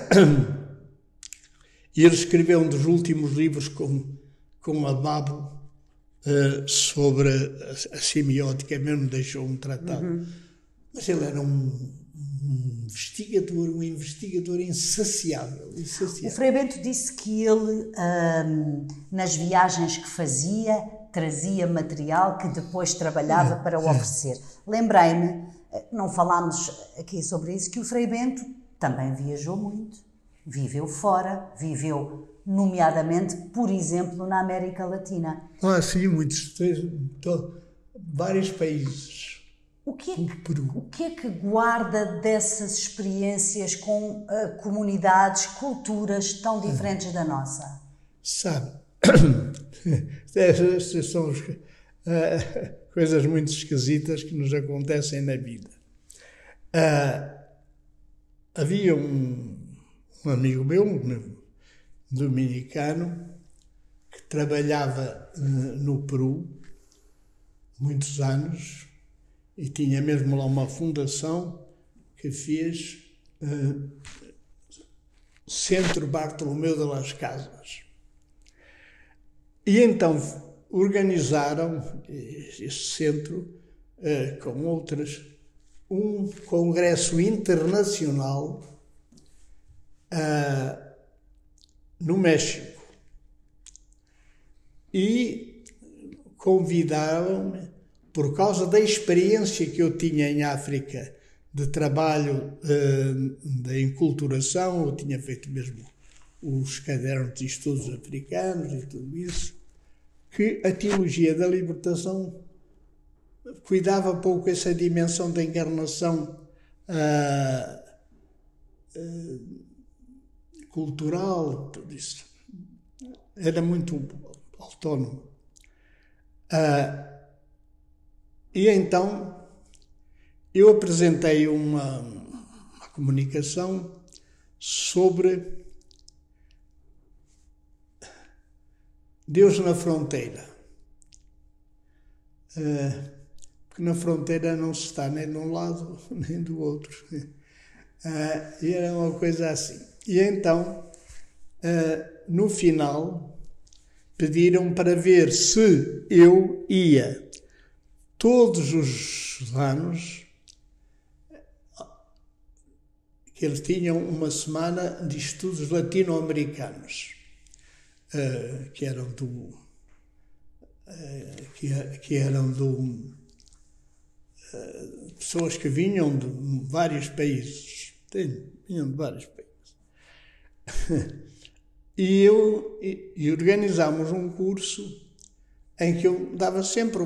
ele escreveu um dos últimos livros com a Babo sobre a semiótica, mesmo deixou um tratado. Mas ele era um investigador insaciável. O Frei Bento disse que ele, nas viagens que fazia, trazia material que depois trabalhava para o oferecer. Lembrei-me, não falámos aqui sobre isso, que o Frei Bento também viajou muito, viveu fora, viveu nomeadamente, por exemplo, na América Latina. Sim, vários países. O que é que guarda dessas experiências com comunidades, culturas tão diferentes da nossa? Sabe, estas são coisas muito esquisitas que nos acontecem na vida. Havia um amigo meu, um dominicano, que trabalhava no Peru muitos anos, e tinha mesmo lá uma fundação que fez Centro Bartolomeu de las Casas. E então organizaram esse centro com outras um congresso internacional no México. E convidaram-me, por causa da experiência que eu tinha em África de trabalho da enculturação, eu tinha feito mesmo os cadernos de estudos africanos e tudo isso, que a teologia da libertação cuidava pouco essa dimensão da encarnação cultural, tudo isso. Era muito autónomo. E então eu apresentei uma comunicação sobre Deus na fronteira. Porque na fronteira não se está nem de um lado nem do outro. E era uma coisa assim. E então, no final, pediram para ver se eu ia todos os anos, que eles tinham uma semana de estudos latino-americanos. que eram pessoas que vinham de vários países. Vinham de vários países. E organizámos um curso em que eu dava sempre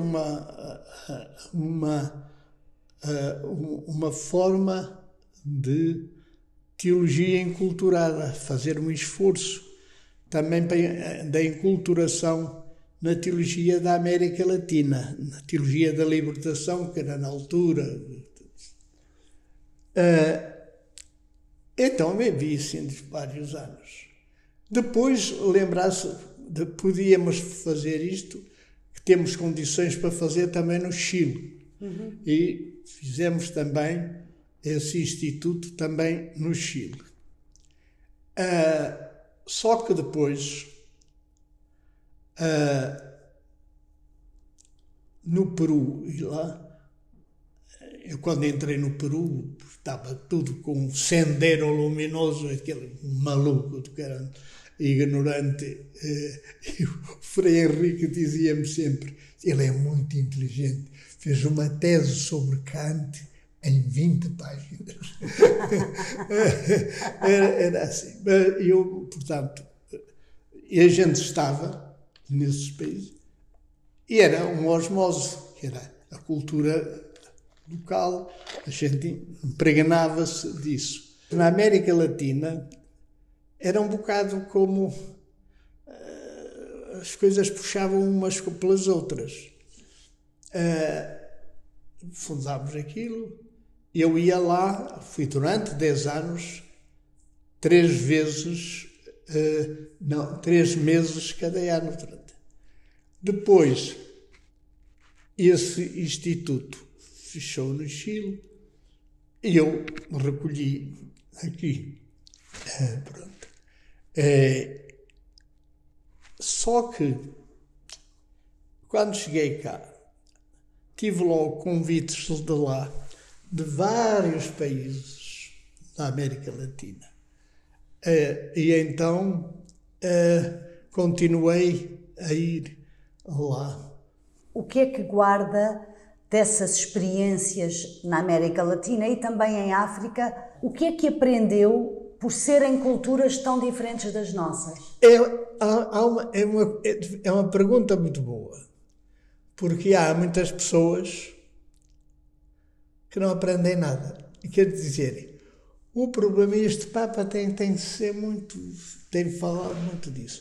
uma forma de teologia enculturada, fazer um esforço também da enculturação na teologia da América Latina, na teologia da libertação, que era na altura. Então, eu vi assim de vários anos. Depois, lembrar-se, podíamos fazer isto, que temos condições para fazer também no Chile. Uhum. E fizemos também esse instituto também no Chile. Só que depois, no Peru, e lá, eu quando entrei no Peru, estava tudo com um sendero luminoso, aquele maluco que era ignorante. E o Frei Henrique dizia-me sempre, ele é muito inteligente, fez uma tese sobre Kant em 20 páginas. Era assim. Eu, portanto, e a gente estava nesses países, e era uma osmose, que era a cultura local, a gente impregnava-se disso. Na América Latina era um bocado como as coisas puxavam umas pelas outras. Fundámos aquilo, eu ia lá, fui durante 10 anos, 3 meses cada ano. Depois, esse instituto fechou no Chile e eu me recolhi aqui. Pronto. Só que, quando cheguei cá, tive logo convites de lá, de vários países da América Latina. E então continuei a ir lá. O que é que guarda dessas experiências na América Latina e também em África? O que é que aprendeu por serem culturas tão diferentes das nossas? É uma pergunta muito boa, porque há muitas pessoas que não aprendem nada. E quer dizer, o problema, este Papa tem falado muito disso,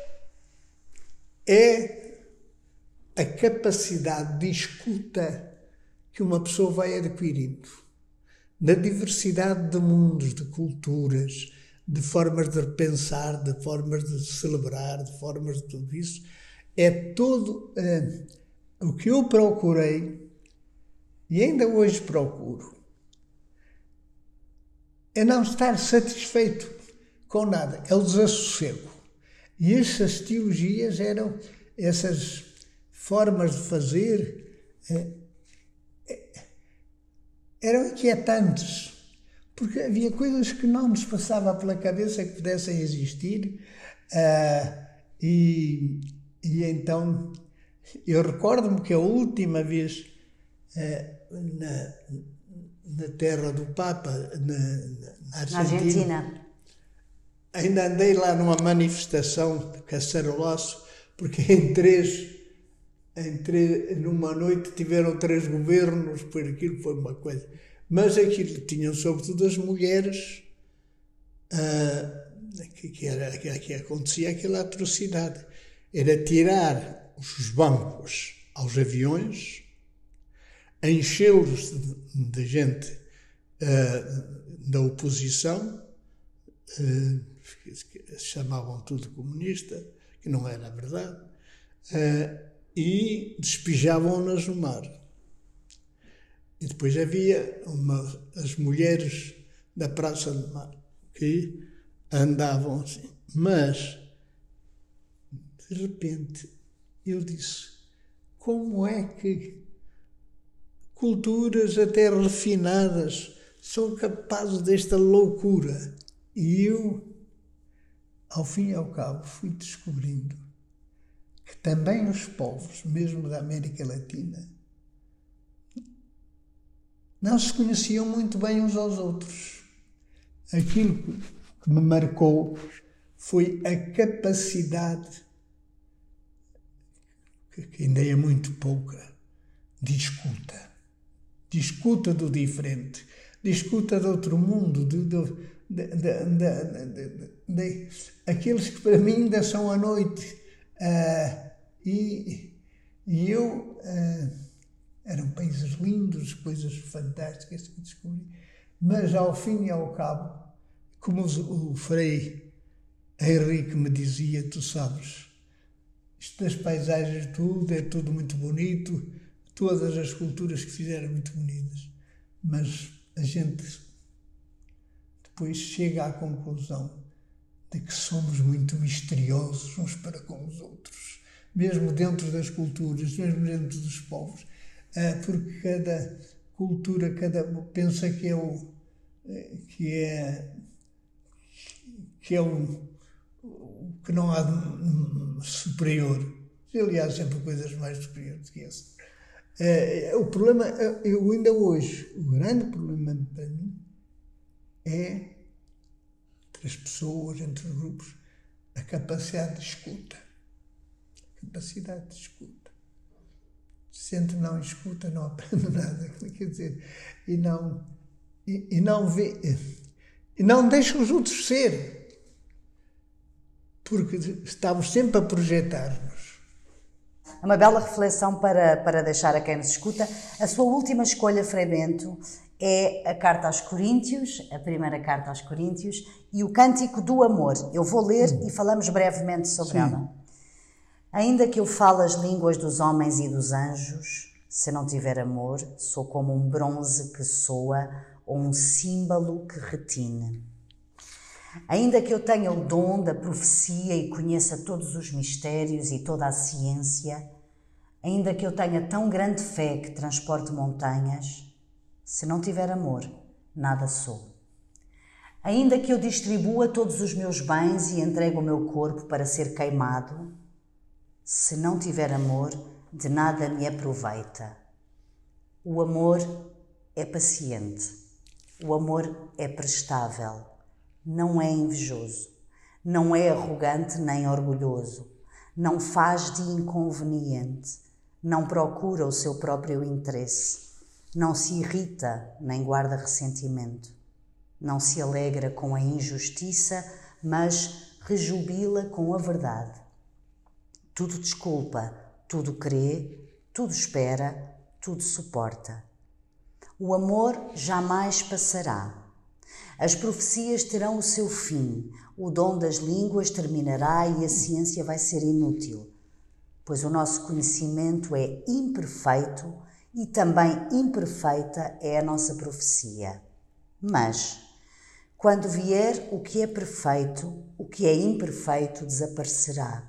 é a capacidade de escuta que uma pessoa vai adquirindo, da diversidade de mundos, de culturas, de formas de pensar, de formas de celebrar, de formas de tudo isso. É todo o que eu procurei, e ainda hoje procuro, é não estar satisfeito com nada, é o desassossego. E essas teologias eram, essas formas de fazer, eram inquietantes, porque havia coisas que não nos passava pela cabeça que pudessem existir, e então eu recordo-me que a última vez na terra do Papa, na Argentina, ainda andei lá numa manifestação de caçarolaço, porque numa noite tiveram 3 governos, por aquilo foi uma coisa. Mas aquilo tinham sobretudo as mulheres, que acontecia aquela atrocidade. Era tirar os bancos aos aviões, enchê-los de gente da oposição, que chamavam tudo comunista, que não era verdade, e despejavam-nas no mar. E depois havia as mulheres da Praça do Mar que andavam assim. Mas, de repente, eu disse, como é que culturas até refinadas são capazes desta loucura? E eu ao fim e ao cabo, fui descobrindo que também os povos, mesmo da América Latina, não se conheciam muito bem uns aos outros. Aquilo que me marcou foi a capacidade, que ainda é muito pouca, de escuta. De escuta do diferente, de escuta de outro mundo, aqueles que para mim ainda são à noite. Eram países lindos, coisas fantásticas que descobri, mas ao fim e ao cabo, como o Frei Henrique me dizia, tu sabes, isto das paisagens é tudo muito bonito, todas as culturas que fizeram muito bonitas, mas a gente depois chega à conclusão de que somos muito misteriosos uns para com os outros, mesmo dentro das culturas, mesmo dentro dos povos, porque cada cultura, pensa que que não há superior. Aliás, sempre coisas mais superiores que esse. O problema, eu ainda hoje, o grande problema para mim é, entre as pessoas, entre os grupos, a capacidade de escuta. Se a gente não escuta, não aprende nada. Quer dizer, e não vê, e não deixa os outros ser. Porque estamos sempre a projetar-nos. É uma bela reflexão para deixar a quem nos escuta. A sua última escolha, Frei Bento, é a Carta aos Coríntios, a primeira Carta aos Coríntios, e o Cântico do Amor. Eu vou ler e falamos brevemente sobre ela. Ainda que eu fale as línguas dos homens e dos anjos, se não tiver amor, sou como um bronze que soa ou um símbolo que retine. Ainda que eu tenha o dom da profecia e conheça todos os mistérios e toda a ciência, ainda que eu tenha tão grande fé que transporte montanhas, se não tiver amor, nada sou. Ainda que eu distribua todos os meus bens e entregue o meu corpo para ser queimado, se não tiver amor, de nada me aproveita. O amor é paciente, o amor é prestável. Não é invejoso, não é arrogante nem orgulhoso, não faz de inconveniente, não procura o seu próprio interesse, não se irrita nem guarda ressentimento, não se alegra com a injustiça, mas rejubila com a verdade. Tudo desculpa, tudo crê, tudo espera, tudo suporta. O amor jamais passará. As profecias terão o seu fim, o dom das línguas terminará e a ciência vai ser inútil, pois o nosso conhecimento é imperfeito e também imperfeita é a nossa profecia. Mas, quando vier o que é perfeito, o que é imperfeito desaparecerá.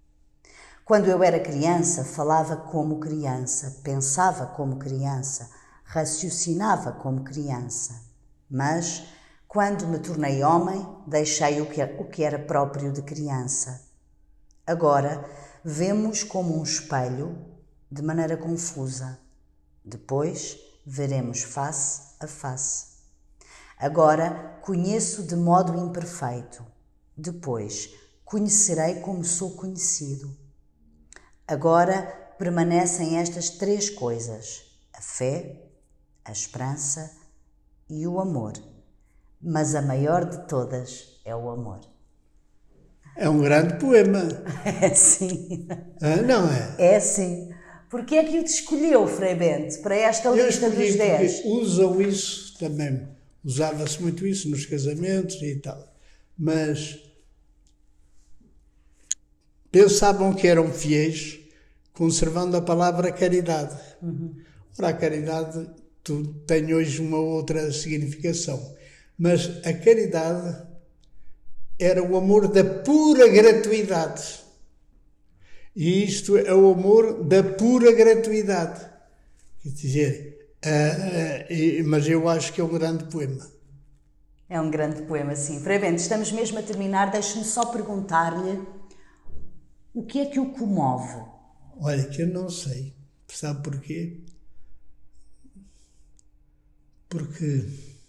Quando eu era criança, falava como criança, pensava como criança, raciocinava como criança, mas quando me tornei homem, deixei o que era próprio de criança. Agora, vemos como um espelho, de maneira confusa. Depois, veremos face a face. Agora, conheço de modo imperfeito. Depois, conhecerei como sou conhecido. Agora, permanecem estas três coisas: a fé, a esperança e o amor. Mas a maior de todas é o amor. É um grande poema. É sim. Não é? É sim. Porquê é que o te escolheu, Frei Bento, para esta lista dos 10? Usam isso também. Usava-se muito isso nos casamentos e tal. Mas pensavam que eram fiéis, conservando a palavra caridade. Ora, a caridade tem hoje uma outra significação. Mas a caridade era o amor da pura gratuidade. E isto é o amor da pura gratuidade. Quer dizer, mas eu acho que é um grande poema. É um grande poema, sim. Frei Bento, estamos mesmo a terminar. Deixe-me só perguntar-lhe o que é que o comove? Olha, que eu não sei. Sabe porquê? Porque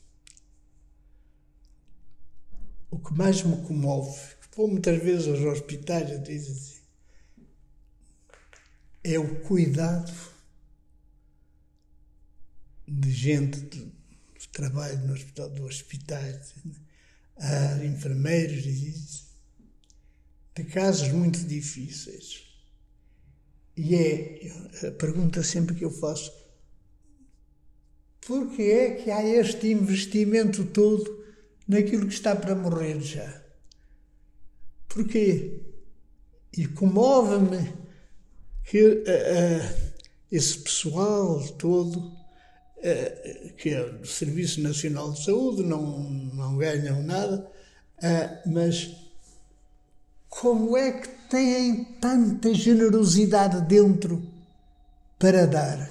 o que mais me comove, vou muitas vezes aos hospitais e diz assim, é o cuidado de gente que trabalha no hospital, dos hospitais, a enfermeiros de casos muito difíceis. E é a pergunta sempre que eu faço, por que é que há este investimento todo naquilo que está para morrer já? Porquê? E comove-me que esse pessoal todo, que é do Serviço Nacional de Saúde, não ganham nada, mas como é que têm tanta generosidade dentro para dar?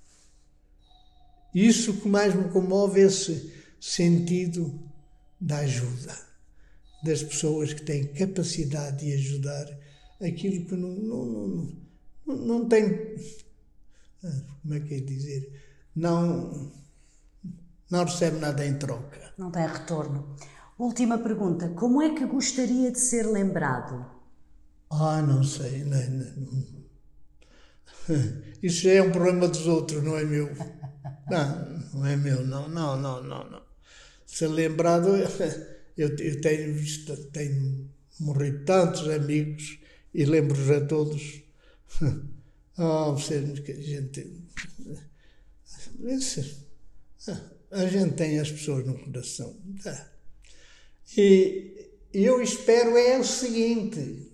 Isso que mais me comove é esse sentido da ajuda, das pessoas que têm capacidade de ajudar aquilo que não tem, como é que é dizer, não recebe nada em troca. Não tem retorno. Última pergunta, como é que gostaria de ser lembrado? Não sei, isso já é um problema dos outros, não é meu. Não é meu, não. Ser lembrado, eu tenho visto, tenho morrido tantos amigos e lembro-os a todos. A gente tem as pessoas no coração. E eu espero é o seguinte,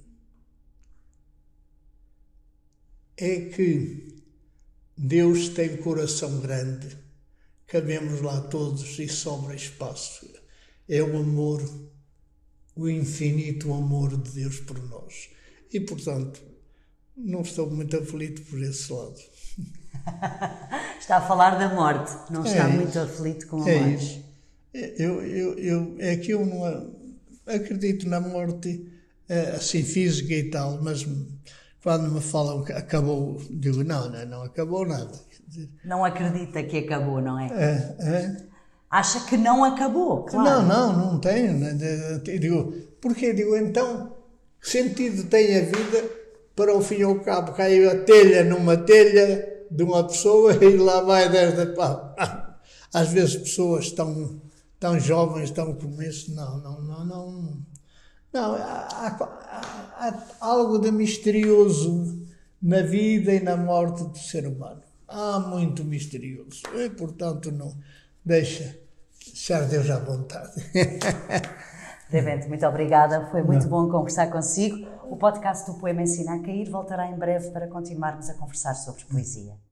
é que Deus tem coração grande, cabemos lá todos e sobra espaço. É o amor, o infinito amor de Deus por nós. E, portanto, não estou muito aflito por esse lado. Está a falar da morte, não está muito aflito com a morte. Isso. É que eu não acredito na morte assim física e tal, mas quando me falam que acabou, digo, não acabou nada. Não acredita que acabou, não é? Acha que não acabou, claro. Não tenho. Digo, porquê? Digo, então, que sentido tem a vida para ao fim e ao cabo cair a telha numa telha de uma pessoa e lá vai desde pá. Às vezes pessoas tão jovens, tão como isso, não. Há algo de misterioso na vida e na morte do ser humano. Há muito misterioso. E, portanto, não deixa Deus à vontade. Frei Bento, muito obrigada. Foi muito bom conversar consigo. O podcast do Poema Ensina a Cair voltará em breve para continuarmos a conversar sobre poesia.